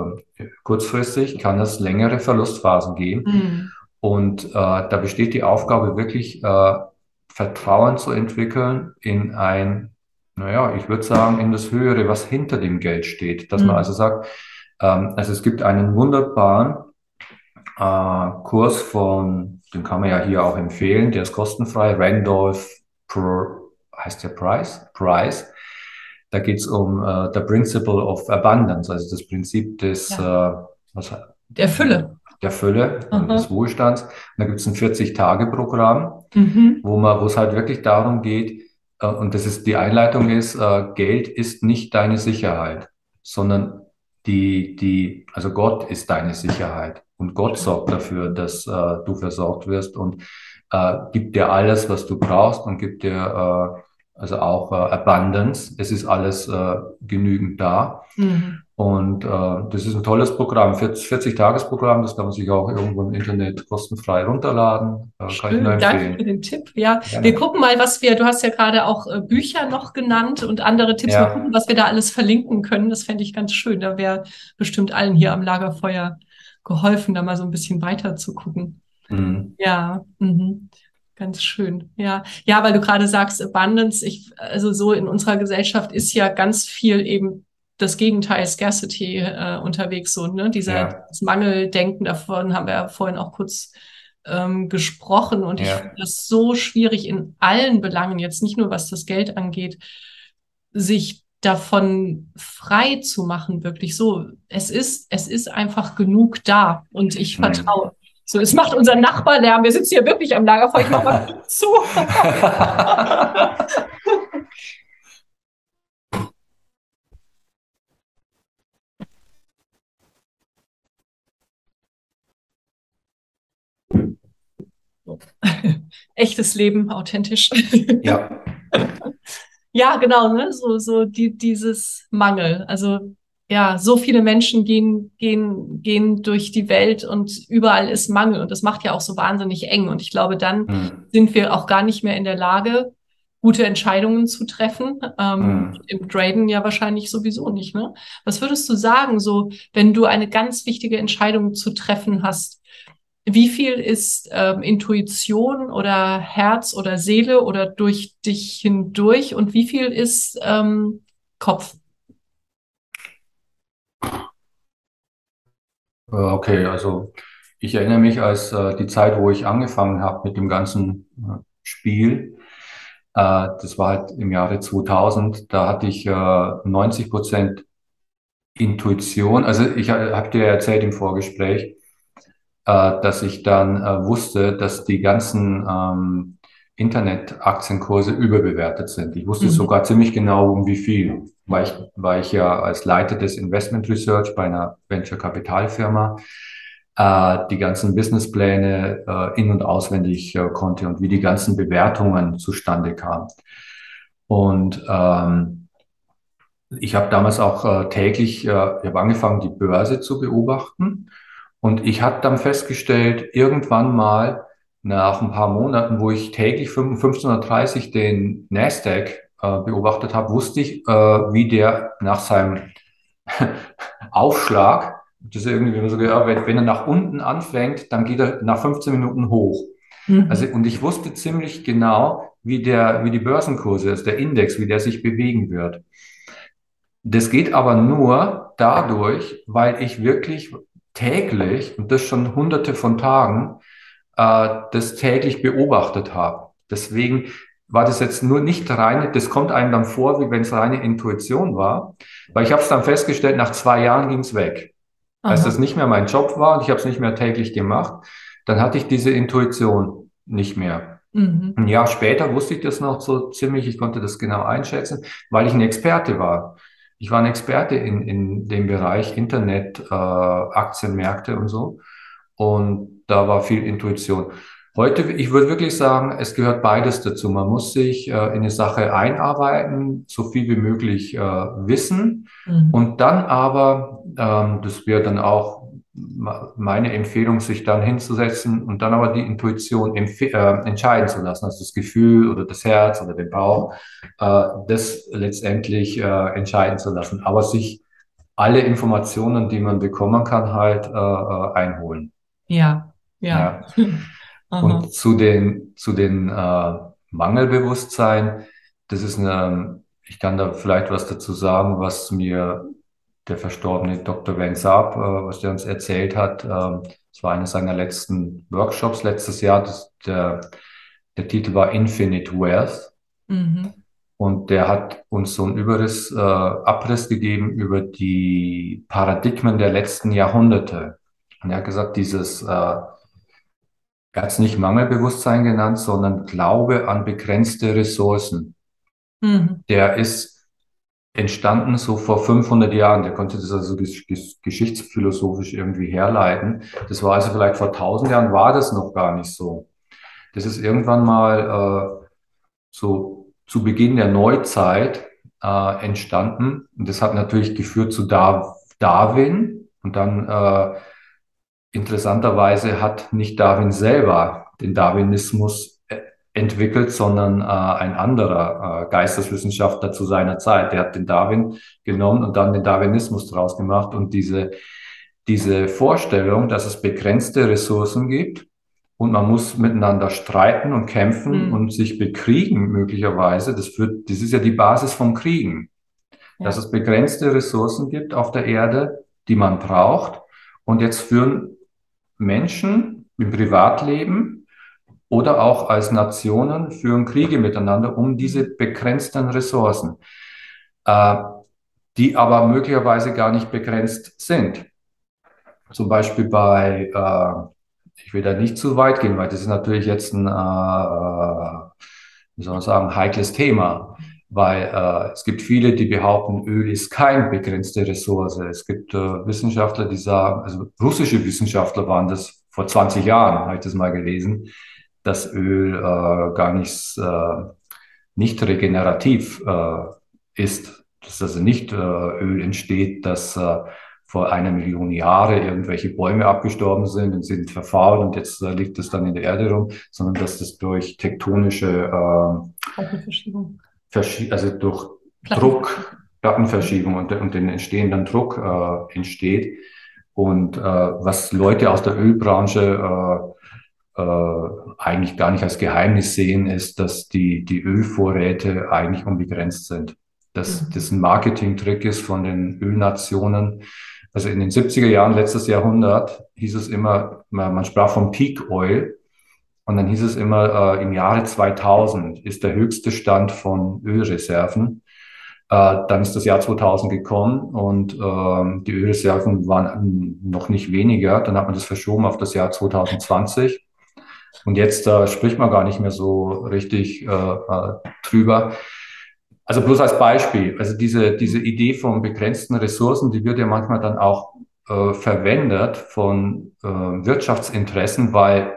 kurzfristig kann es längere Verlustphasen geben. Mhm. Und da besteht die Aufgabe wirklich, Vertrauen zu entwickeln in ein, naja, ich würde sagen, in das Höhere, was hinter dem Geld steht. Dass man also Mhm. sagt, also es gibt einen wunderbaren Kurs den kann man ja hier auch empfehlen, der ist kostenfrei, heißt der Price. Da geht es um the Principle of Abundance, also das Prinzip Ja, was, der Fülle. der Fülle oder des Aha. Wohlstands. Und da gibt es ein 40-Tage-Programm, Mhm. wo es halt wirklich darum geht, und das ist die Einleitung ist, Geld ist nicht deine Sicherheit, sondern also Gott ist deine Sicherheit. Und Gott sorgt dafür, dass du versorgt wirst und gibt dir alles, was du brauchst und gibt dir also auch Abundance. Es ist alles genügend da. Mhm. Und das ist ein tolles Programm, 40-Tages-Programm, das kann man sich auch irgendwo im Internet kostenfrei runterladen. Kann ich nur Schön, danke für empfehlen. den Tipp. Ja, wir Gerne. gucken mal, du hast ja gerade auch Bücher noch genannt und andere Tipps. Wir gucken, Ja. was wir da alles verlinken können. Das fände ich ganz schön. Da wäre bestimmt allen hier am Lagerfeuer geholfen, da mal so ein bisschen weiter zu gucken. Mhm. Ja, mhm. Ganz schön. Ja, ja, weil du gerade sagst, Abundance, also so in unserer Gesellschaft ist ja ganz viel eben das Gegenteil, Scarcity unterwegs, so, ne? Ja, Das Mangeldenken, davon haben wir ja vorhin auch kurz gesprochen. Und ich finde ja. das so schwierig in allen Belangen, jetzt nicht nur was das Geld angeht, sich davon frei zu machen, wirklich so. Es ist einfach genug da und ich Mhm. vertraue. So, es macht unser Nachbar Lärm. Wir sitzen hier wirklich am Lagerfeuer. Ich mache mal zu. Echtes Leben, authentisch. Ja. Ja, genau, ne? Dieses Mangel. Also ja, so viele Menschen gehen durch die Welt und überall ist Mangel und das macht ja auch so wahnsinnig eng. Und ich glaube, dann Mhm. sind wir auch gar nicht mehr in der Lage, gute Entscheidungen zu treffen. Mhm. Im Traden ja wahrscheinlich sowieso nicht, ne? Was würdest du sagen, so, wenn du eine ganz wichtige Entscheidung zu treffen hast? Wie viel ist Intuition oder Herz oder Seele oder durch dich hindurch und wie viel ist Kopf? Okay, also ich erinnere mich als die Zeit, wo ich angefangen habe mit dem ganzen Spiel, das war halt im Jahre 2000, da hatte ich 90% Intuition. Also ich habe dir erzählt im Vorgespräch, dass ich dann wusste, dass die ganzen Internet-Aktienkurse überbewertet sind. Ich wusste Mhm. sogar ziemlich genau, um wie viel, weil ich ja als Leiter des Investment Research bei einer Venture-Kapitalfirma die ganzen Businesspläne in- und auswendig konnte und wie die ganzen Bewertungen zustande kamen. Und ich habe damals auch täglich, ich habe angefangen, die Börse zu beobachten. Und ich habe dann festgestellt, irgendwann mal nach ein paar Monaten, wo ich täglich 1530 den Nasdaq beobachtet habe, wusste ich, wie der nach seinem Aufschlag, das ist irgendwie immer so, ja, wenn er nach unten anfängt, dann geht er nach 15 Minuten hoch. Also, Mhm. und ich wusste ziemlich genau, wie die Börsenkurse ist, der Index, wie der sich bewegen wird. Das geht aber nur dadurch, weil ich wirklich täglich, und das schon hunderte von Tagen, das täglich beobachtet habe. Deswegen war das jetzt nur nicht reine, das kommt einem dann vor, wie wenn es reine Intuition war, weil ich habe es dann festgestellt, nach 2 Jahren ging es weg. Als das Aha. nicht mehr mein Job war und ich habe es nicht mehr täglich gemacht, dann hatte ich diese Intuition nicht mehr. Mhm. Ein Jahr später wusste ich das noch so ziemlich, ich konnte das genau einschätzen, weil ich ein Experte war. Ich war ein Experte in dem Bereich Internet, Aktienmärkte und so. Und da war viel Intuition. Heute, ich würde wirklich sagen, es gehört beides dazu. Man muss sich in eine Sache einarbeiten, so viel wie möglich wissen Mhm. und dann aber, das wäre dann auch meine Empfehlung, sich dann hinzusetzen und dann aber die Intuition entscheiden zu lassen, also das Gefühl oder das Herz oder den Bauch, das letztendlich entscheiden zu lassen, aber sich alle Informationen, die man bekommen kann, halt einholen. Ja, ja. Ja. Aha. Und zu den Mangelbewusstsein, das ist ich kann da vielleicht was dazu sagen, was mir der verstorbene Dr. Van Saab, was der uns erzählt hat. Das war einer seiner letzten Workshops letztes Jahr. Der Titel war Infinite Wealth. Mhm. Und der hat uns so einen Abriss gegeben über die Paradigmen der letzten Jahrhunderte. Und er hat gesagt, er hat es nicht Mangelbewusstsein genannt, sondern Glaube an begrenzte Ressourcen. Mhm. Der ist entstanden so vor 500 Jahren. Der konnte das also geschichtsphilosophisch irgendwie herleiten. Das war also vielleicht vor 1000 Jahren war das noch gar nicht so. Das ist irgendwann mal so zu Beginn der Neuzeit entstanden. Und das hat natürlich geführt zu Darwin. Und dann interessanterweise hat nicht Darwin selber den Darwinismus entwickelt, sondern ein anderer Geisteswissenschaftler zu seiner Zeit. Der hat den Darwin genommen und dann den Darwinismus draus gemacht. Und diese Vorstellung, dass es begrenzte Ressourcen gibt und man muss miteinander streiten und kämpfen Mhm. und sich bekriegen möglicherweise, das ist ja die Basis vom Kriegen, dass Ja. es begrenzte Ressourcen gibt auf der Erde, die man braucht. Und jetzt führen Menschen im Privatleben oder auch als Nationen führen Kriege miteinander um diese Mhm. begrenzten Ressourcen, äh, die aber möglicherweise gar nicht begrenzt sind. Zum Beispiel ich will da nicht zu weit gehen, weil das ist natürlich jetzt wie soll man sagen, heikles Thema, weil es gibt viele, die behaupten, Öl ist keine begrenzte Ressource. Es gibt Wissenschaftler, die sagen, also russische Wissenschaftler waren das vor 20 Jahren, habe ich das mal gelesen, dass Öl gar nicht regenerativ ist, dass also nicht Öl entsteht, dass vor 1 Million Jahre irgendwelche Bäume abgestorben sind und sind verfault und jetzt liegt es dann in der Erde rum, sondern dass das durch tektonische, Plattenverschiebung. also durch Plattenverschiebung. Druck, Mhm. Plattenverschiebung und den entstehenden Druck entsteht. Und was Leute aus der Ölbranche eigentlich gar nicht als Geheimnis sehen, ist, dass die Ölvorräte eigentlich unbegrenzt sind. Dass das Mhm. ein Marketingtrick ist von den Ölnationen. Also in den 70er Jahren, letztes Jahrhundert, hieß es immer, man sprach vom Peak Oil. Und dann hieß es immer, im Jahre 2000 ist der höchste Stand von Ölreserven. Dann ist das Jahr 2000 gekommen und die Ölreserven waren noch nicht weniger. Dann hat man das verschoben auf das Jahr 2020. Und jetzt spricht man gar nicht mehr so richtig drüber. Also bloß als Beispiel, also diese Idee von begrenzten Ressourcen, die wird ja manchmal dann auch verwendet von Wirtschaftsinteressen, weil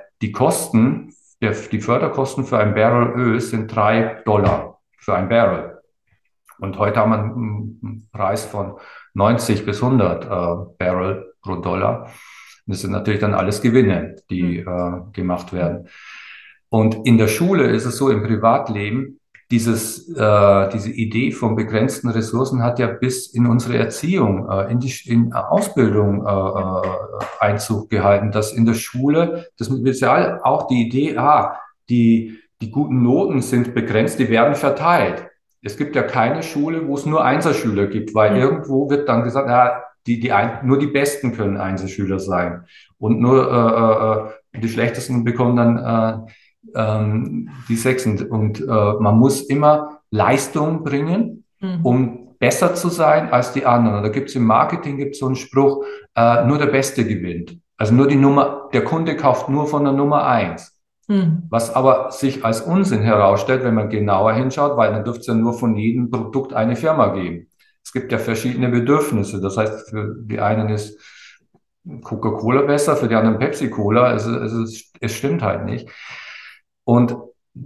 die Förderkosten für ein Barrel Öl sind $3 für ein Barrel. Und heute haben wir einen Preis von 90 bis 100 Barrel pro Dollar. Das sind natürlich dann alles Gewinne, die Mhm. gemacht werden. Und in der Schule ist es so, im Privatleben, diese Idee von begrenzten Ressourcen hat ja bis in unsere Erziehung, in Ausbildung Ja. Einzug gehalten, dass in der Schule, das ist ja auch die Idee, die guten Noten sind begrenzt, die werden verteilt. Es gibt ja keine Schule, wo es nur Einserschüler gibt, weil Mhm. irgendwo wird dann gesagt, ja, nur die Besten können Einserschüler sein. Und nur die Schlechtesten bekommen dann die Sechsen. Und man muss immer Leistung bringen, Mhm. um besser zu sein als die anderen. Und da gibt es im Marketing gibt's so einen Spruch, nur der Beste gewinnt. Also nur der Kunde kauft nur von der Nummer eins. Mhm. Was aber sich als Unsinn herausstellt, wenn man genauer hinschaut, weil dann dürfte es ja nur von jedem Produkt eine Firma geben. Es gibt ja verschiedene Bedürfnisse. Das heißt, für die einen ist Coca-Cola besser, für die anderen Pepsi-Cola. Es stimmt halt nicht. Und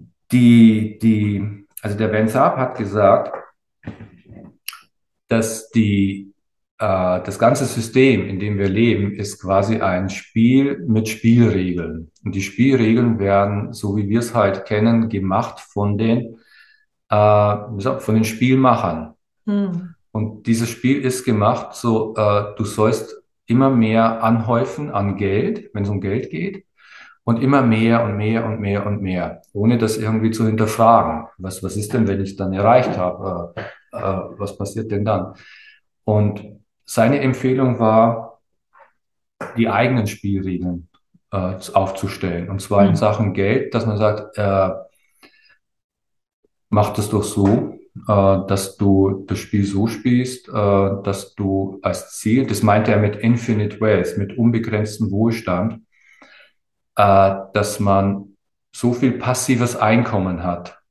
also der Ben Saab hat gesagt, dass das ganze System, in dem wir leben, ist quasi ein Spiel mit Spielregeln. Und die Spielregeln werden, so wie wir es halt kennen, gemacht von den Spielmachern. Mhm. Und dieses Spiel ist gemacht, so, du sollst immer mehr anhäufen an Geld, wenn es um Geld geht, und immer mehr und mehr und mehr und mehr, ohne das irgendwie zu hinterfragen. Was ist denn, wenn ich es dann erreicht habe? Was passiert denn dann? Und seine Empfehlung war, die eigenen Spielregeln aufzustellen. Und zwar in Mhm. Sachen Geld, dass man sagt, mach das doch so, dass du das Spiel so spielst, dass du als Ziel, das meinte er mit Infinite Wealth, mit unbegrenztem Wohlstand, dass man so viel passives Einkommen hat.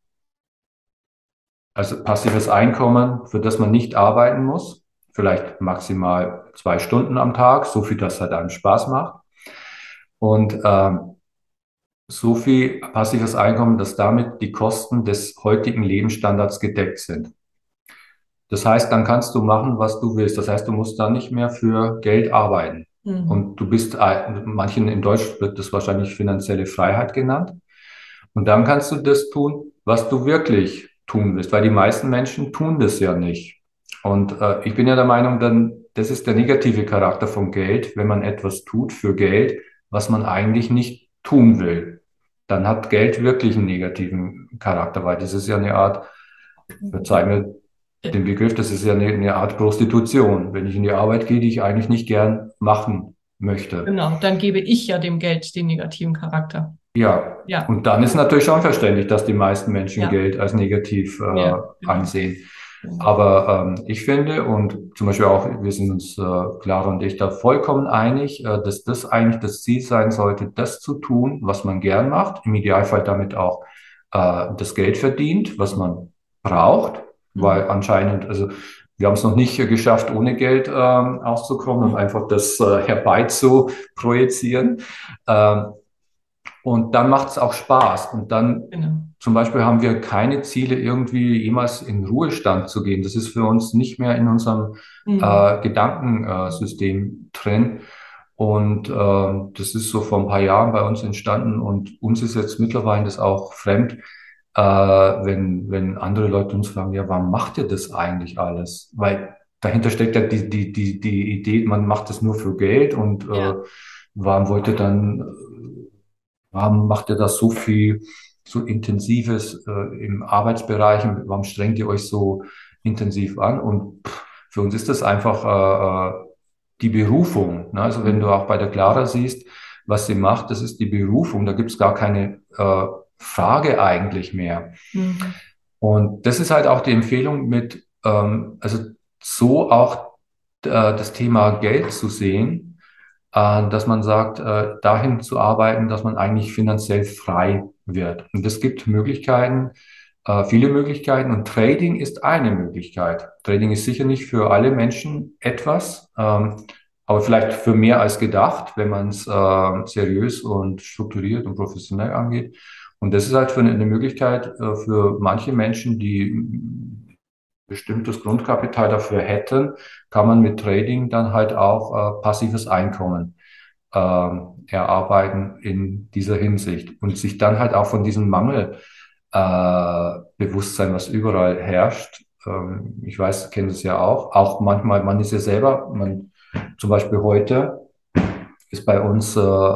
Also passives Einkommen, für das man nicht arbeiten muss, vielleicht maximal 2 Stunden am Tag, so viel, dass halt einem Spaß macht. Und so viel passives Einkommen, dass damit die Kosten des heutigen Lebensstandards gedeckt sind. Das heißt, dann kannst du machen, was du willst. Das heißt, du musst dann nicht mehr für Geld arbeiten. Mhm. Und du bist, manchen in Deutsch wird das wahrscheinlich finanzielle Freiheit genannt. Und dann kannst du das tun, was du wirklich tun willst, weil die meisten Menschen tun das ja nicht. Und ich bin ja der Meinung, dann, das ist der negative Charakter von Geld, wenn man etwas tut für Geld, was man eigentlich nicht tun will. Dann hat Geld wirklich einen negativen Charakter, weil das ist ja eine Art, verzeih mir den Begriff, das ist ja eine Art Prostitution, wenn ich in die Arbeit gehe, die ich eigentlich nicht gern machen möchte. Genau, dann gebe ich ja dem Geld den negativen Charakter. Ja, Ja, und dann ist natürlich schon verständlich, dass die meisten Menschen ja, Geld als negativ ja, genau. ansehen. Genau. Aber ich finde, und zum Beispiel auch, wir sind uns, Clara und ich, da vollkommen einig, dass das eigentlich das Ziel sein sollte, das zu tun, was man gern macht, im Idealfall damit auch das Geld verdient, was man braucht, Mhm. weil anscheinend, also wir haben es noch nicht geschafft, ohne Geld auszukommen und einfach das herbei zu projizieren. Ähm, und dann macht es auch Spaß. Und dann Genau. zum Beispiel haben wir keine Ziele, irgendwie jemals in Ruhestand zu gehen. Das ist für uns nicht mehr in unserem Mhm. Gedankensystem drin. Und das ist so vor ein paar Jahren bei uns entstanden. Und uns ist jetzt mittlerweile das auch fremd, wenn andere Leute uns fragen, ja, warum macht ihr das eigentlich alles? Weil dahinter steckt ja die Idee, man macht das nur für Geld und Ja. warum wollt ihr dann warum macht ihr das so viel, so intensives im Arbeitsbereich? Warum strengt ihr euch so intensiv an? Und für uns ist das einfach die Berufung. Ne? Also wenn du Mhm. auch bei der Clara siehst, was sie macht, das ist die Berufung. Da gibt es gar keine Frage eigentlich mehr. Mhm. Und das ist halt auch die Empfehlung mit, also so auch das Thema Geld zu sehen, dass man sagt, dahin zu arbeiten, dass man eigentlich finanziell frei wird. Und es gibt Möglichkeiten, viele Möglichkeiten und Trading ist eine Möglichkeit. Trading ist sicher nicht für alle Menschen etwas, aber vielleicht für mehr als gedacht, wenn man es seriös und strukturiert und professionell angeht. Und das ist halt für eine Möglichkeit für manche Menschen, die bestimmtes Grundkapital dafür hätten, kann man mit Trading dann halt auch passives Einkommen erarbeiten in dieser Hinsicht und sich dann halt auch von diesem Mangelbewusstsein, was überall herrscht. Ich weiß, kennen es ja auch manchmal, man ist ja selber, man zum Beispiel heute ist bei uns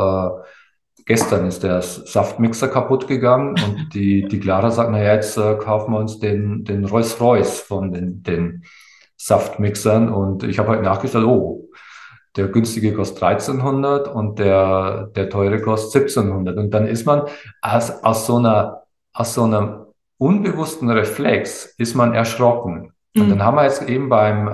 gestern ist der Saftmixer kaputt gegangen und die Clara sagt, naja, jetzt kaufen wir uns den Rolls-Royce von den Saftmixern und ich habe halt nachgestellt, oh, der günstige kostet 1300 und der teure kostet 1700 und dann ist man aus so einem unbewussten Reflex ist man erschrocken. Und dann Mhm. haben wir jetzt eben beim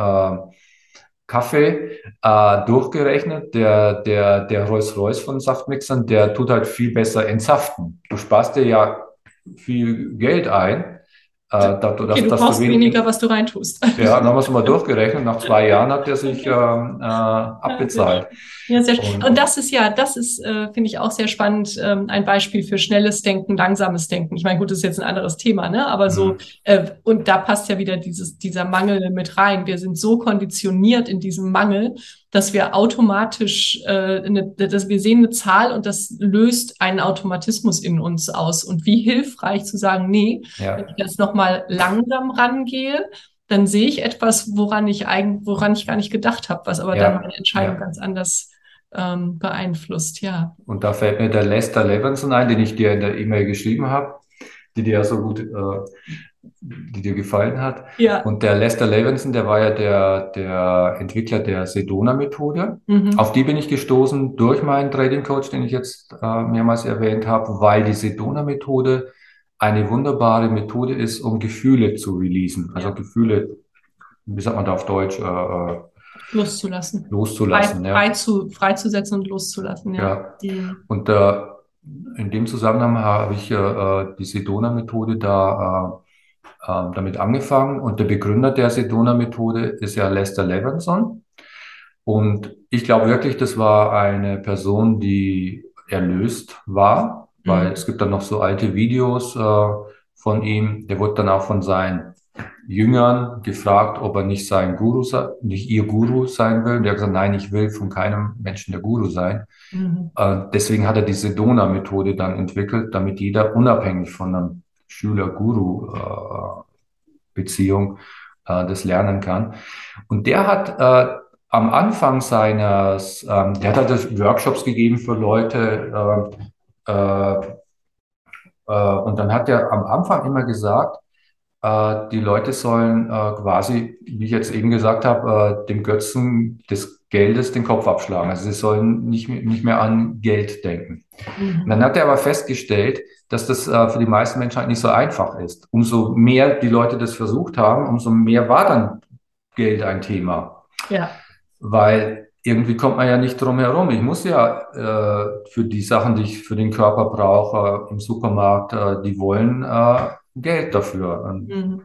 Kaffee durchgerechnet, der Rolls-Royce von Saftmixern, der tut halt viel besser entsaften. Du sparst dir ja viel Geld ein, Okay, du dass du brauchst weniger, wenig, was du reintust. ja, dann haben wir es mal durchgerechnet. Nach 2 Jahren hat der sich Okay. Ja, sehr abbezahlt. schön. Ja, sehr schön. Und Und das ist ja, das ist, finde ich auch sehr spannend, ein Beispiel für schnelles Denken, langsames Denken. Ich meine, gut, das ist jetzt ein anderes Thema, ne? Aber so, hm, und da passt ja wieder dieser Mangel mit rein. Wir sind so konditioniert in diesem Mangel, dass wir automatisch, dass wir sehen eine Zahl und das löst einen Automatismus in uns aus. Und wie hilfreich zu sagen, nee, wenn ich ja, jetzt nochmal langsam rangehe, dann sehe ich etwas, woran ich gar nicht gedacht habe, was aber dann Ja, meine Entscheidung ja. ganz anders beeinflusst. Ja. Und da fällt mir der Lester Levinson ein, den ich dir in der E-Mail geschrieben habe, die dir ja so gut, die dir gefallen hat. Ja. Und der Lester Levinson, der war ja der Entwickler der Sedona-Methode. Mhm. Auf die bin ich gestoßen durch meinen Trading Coach, den ich jetzt mehrmals erwähnt habe, weil die Sedona-Methode eine wunderbare Methode ist, um Gefühle zu releasen. Also Ja. Gefühle, wie sagt man da auf Deutsch, Loszulassen. loszulassen. Ja. Freizusetzen und loszulassen, ja. Ja. Mhm. Und in dem Zusammenhang habe ich die Sedona-Methode damit angefangen. Und der Begründer der Sedona-Methode ist ja Lester Levinson. Und ich glaube wirklich, das war eine Person, die erlöst war, weil es Mhm. gibt dann noch so alte Videos von ihm. Der wurde dann auch von seinen Jüngern gefragt, ob er nicht sein Guru, nicht ihr Guru sein will. Und der hat gesagt, nein, ich will von keinem Menschen der Guru sein. Mhm. Deswegen hat er die Sedona-Methode dann entwickelt, damit jeder unabhängig von einer Schüler-Guru-Beziehung das lernen kann. Und der hat am Anfang der hat halt Workshops gegeben für Leute und dann hat er am Anfang immer gesagt, die Leute sollen quasi, wie ich jetzt eben gesagt habe, dem Götzen des Geldes den Kopf abschlagen. Also sie sollen nicht mehr an Geld denken. Und dann Mhm. hat er aber festgestellt, dass das für die meisten Menschen halt nicht so einfach ist. Umso mehr die Leute das versucht haben, umso mehr war dann Geld ein Thema. Ja. Weil irgendwie kommt man ja nicht drum herum. Ich muss ja für die Sachen, die ich für den Körper brauche, im Supermarkt, die wollen Geld dafür. Und Mhm.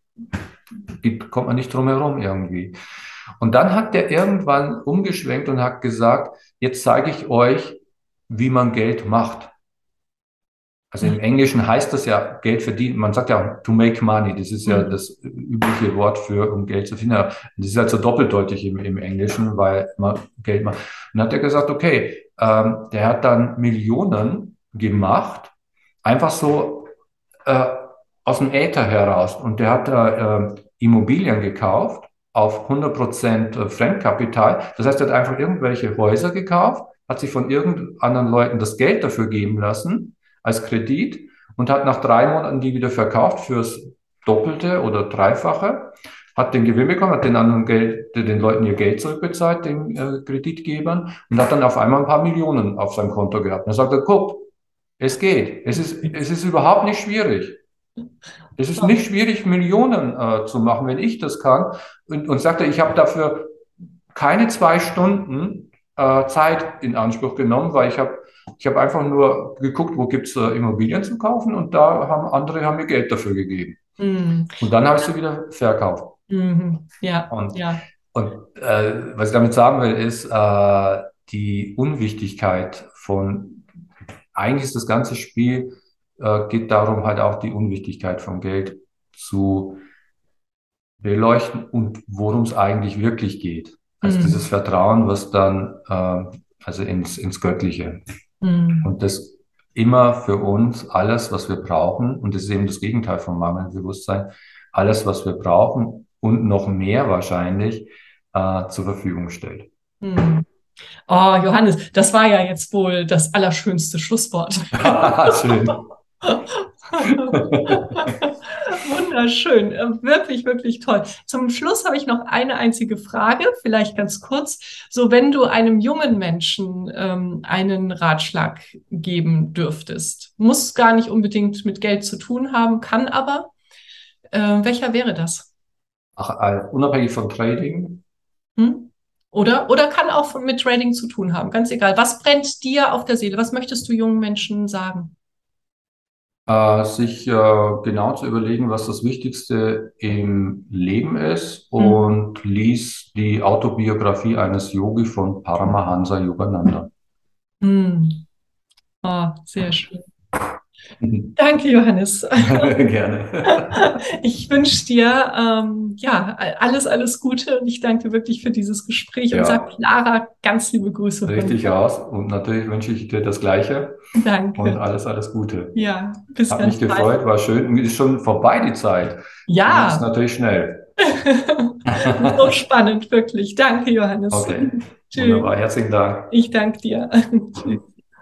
kommt man nicht drum herum irgendwie. Und dann hat der irgendwann umgeschwenkt und hat gesagt, jetzt zeige ich euch, wie man Geld macht. Also im Englischen heißt das ja Geld verdienen. Man sagt ja to make money. Das ist ja Mhm. das übliche Wort für, um Geld zu finden. Das ist halt so doppeldeutig im Englischen, weil man Geld macht. Und dann hat er gesagt, okay, der hat dann Millionen gemacht, einfach so äh, aus dem Äther heraus. Und der hat da Immobilien gekauft auf 100% Fremdkapital. Das heißt, er hat einfach irgendwelche Häuser gekauft, hat sich von irgendeinen anderen Leuten das Geld dafür geben lassen als Kredit und hat nach 3 Monaten die wieder verkauft fürs Doppelte oder Dreifache, hat den Gewinn bekommen, hat den Leuten ihr Geld zurückbezahlt, den Kreditgebern, und hat dann auf einmal ein paar Millionen auf seinem Konto gehabt. Und er sagte, guck, es geht. Es ist überhaupt nicht schwierig. Es ist nicht schwierig, Millionen zu machen, wenn ich das kann. Und sagte, ich habe dafür keine 2 Stunden Zeit in Anspruch genommen, weil ich hab einfach nur geguckt, wo gibt's Immobilien zu kaufen, und da haben mir Geld dafür gegeben. Mhm. Und dann habe ich sie wieder verkauft. Mhm. Ja, Und, ja. was ich damit sagen will, ist die Unwichtigkeit von, eigentlich ist das ganze Spiel, geht darum, halt auch die Unwichtigkeit von Geld zu beleuchten und worum es eigentlich wirklich geht. Also dieses Mhm. Vertrauen, was dann, also ins Göttliche. Mhm. Und das immer für uns alles, was wir brauchen, und das ist eben das Gegenteil vom Mangelbewusstsein, alles, was wir brauchen und noch mehr wahrscheinlich zur Verfügung stellt. Mhm. Oh, Johannes, das war ja jetzt wohl das allerschönste Schlusswort. Schön. Wunderschön, wirklich, wirklich toll. Zum Schluss habe ich noch eine einzige Frage, vielleicht ganz kurz. So, wenn du einem jungen Menschen einen Ratschlag geben dürftest, muss gar nicht unbedingt mit Geld zu tun haben, kann aber, welcher wäre das? Ach, unabhängig von Trading, Hm? Oder kann auch mit Trading zu tun haben, ganz egal. Was brennt dir auf der Seele? Was möchtest du jungen Menschen sagen? sich genau zu überlegen, was das Wichtigste im Leben ist, Hm? und lies die Autobiografie eines Yogi von Paramahansa Yogananda. Hm. Oh, sehr schön. Danke, Johannes. Gerne. Ich wünsche dir ja alles, alles Gute und ich danke dir wirklich für dieses Gespräch und sage Ja, Clara ganz liebe Grüße von richtig mir. aus. Und natürlich wünsche ich dir das Gleiche und Danke. alles Gute. Ja, bis Hat mich ganz bald. gefreut, war schön. Ist schon vorbei die Zeit. Ging jetzt Ja, natürlich schnell. So spannend, wirklich. Danke, Johannes. Okay, Tschüss. wunderbar. Herzlichen Dank. Ich danke dir. Tschüss.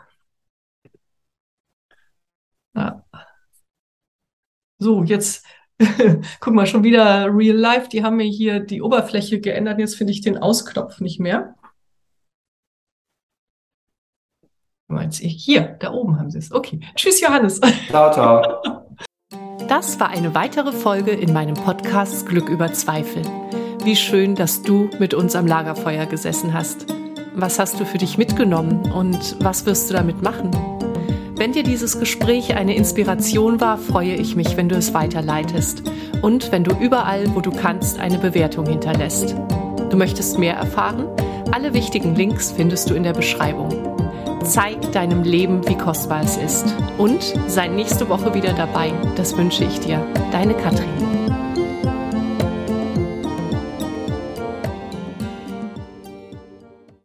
Ja. So, jetzt guck mal, schon wieder Real Life. Die haben mir hier die Oberfläche geändert. Jetzt finde ich den Ausknopf nicht mehr. Hier, da oben haben sie es. Okay. Tschüss, Johannes. Ciao, ciao. Das war eine weitere Folge in meinem Podcast Glück über Zweifel. Wie schön, dass du mit uns am Lagerfeuer gesessen hast. Was hast du für dich mitgenommen und was wirst du damit machen? Wenn dir dieses Gespräch eine Inspiration war, freue ich mich, wenn du es weiterleitest und wenn du überall, wo du kannst, eine Bewertung hinterlässt. Du möchtest mehr erfahren? Alle wichtigen Links findest du in der Beschreibung. Zeig deinem Leben, wie kostbar es ist. Und sei nächste Woche wieder dabei. Das wünsche ich dir. Deine Katrin.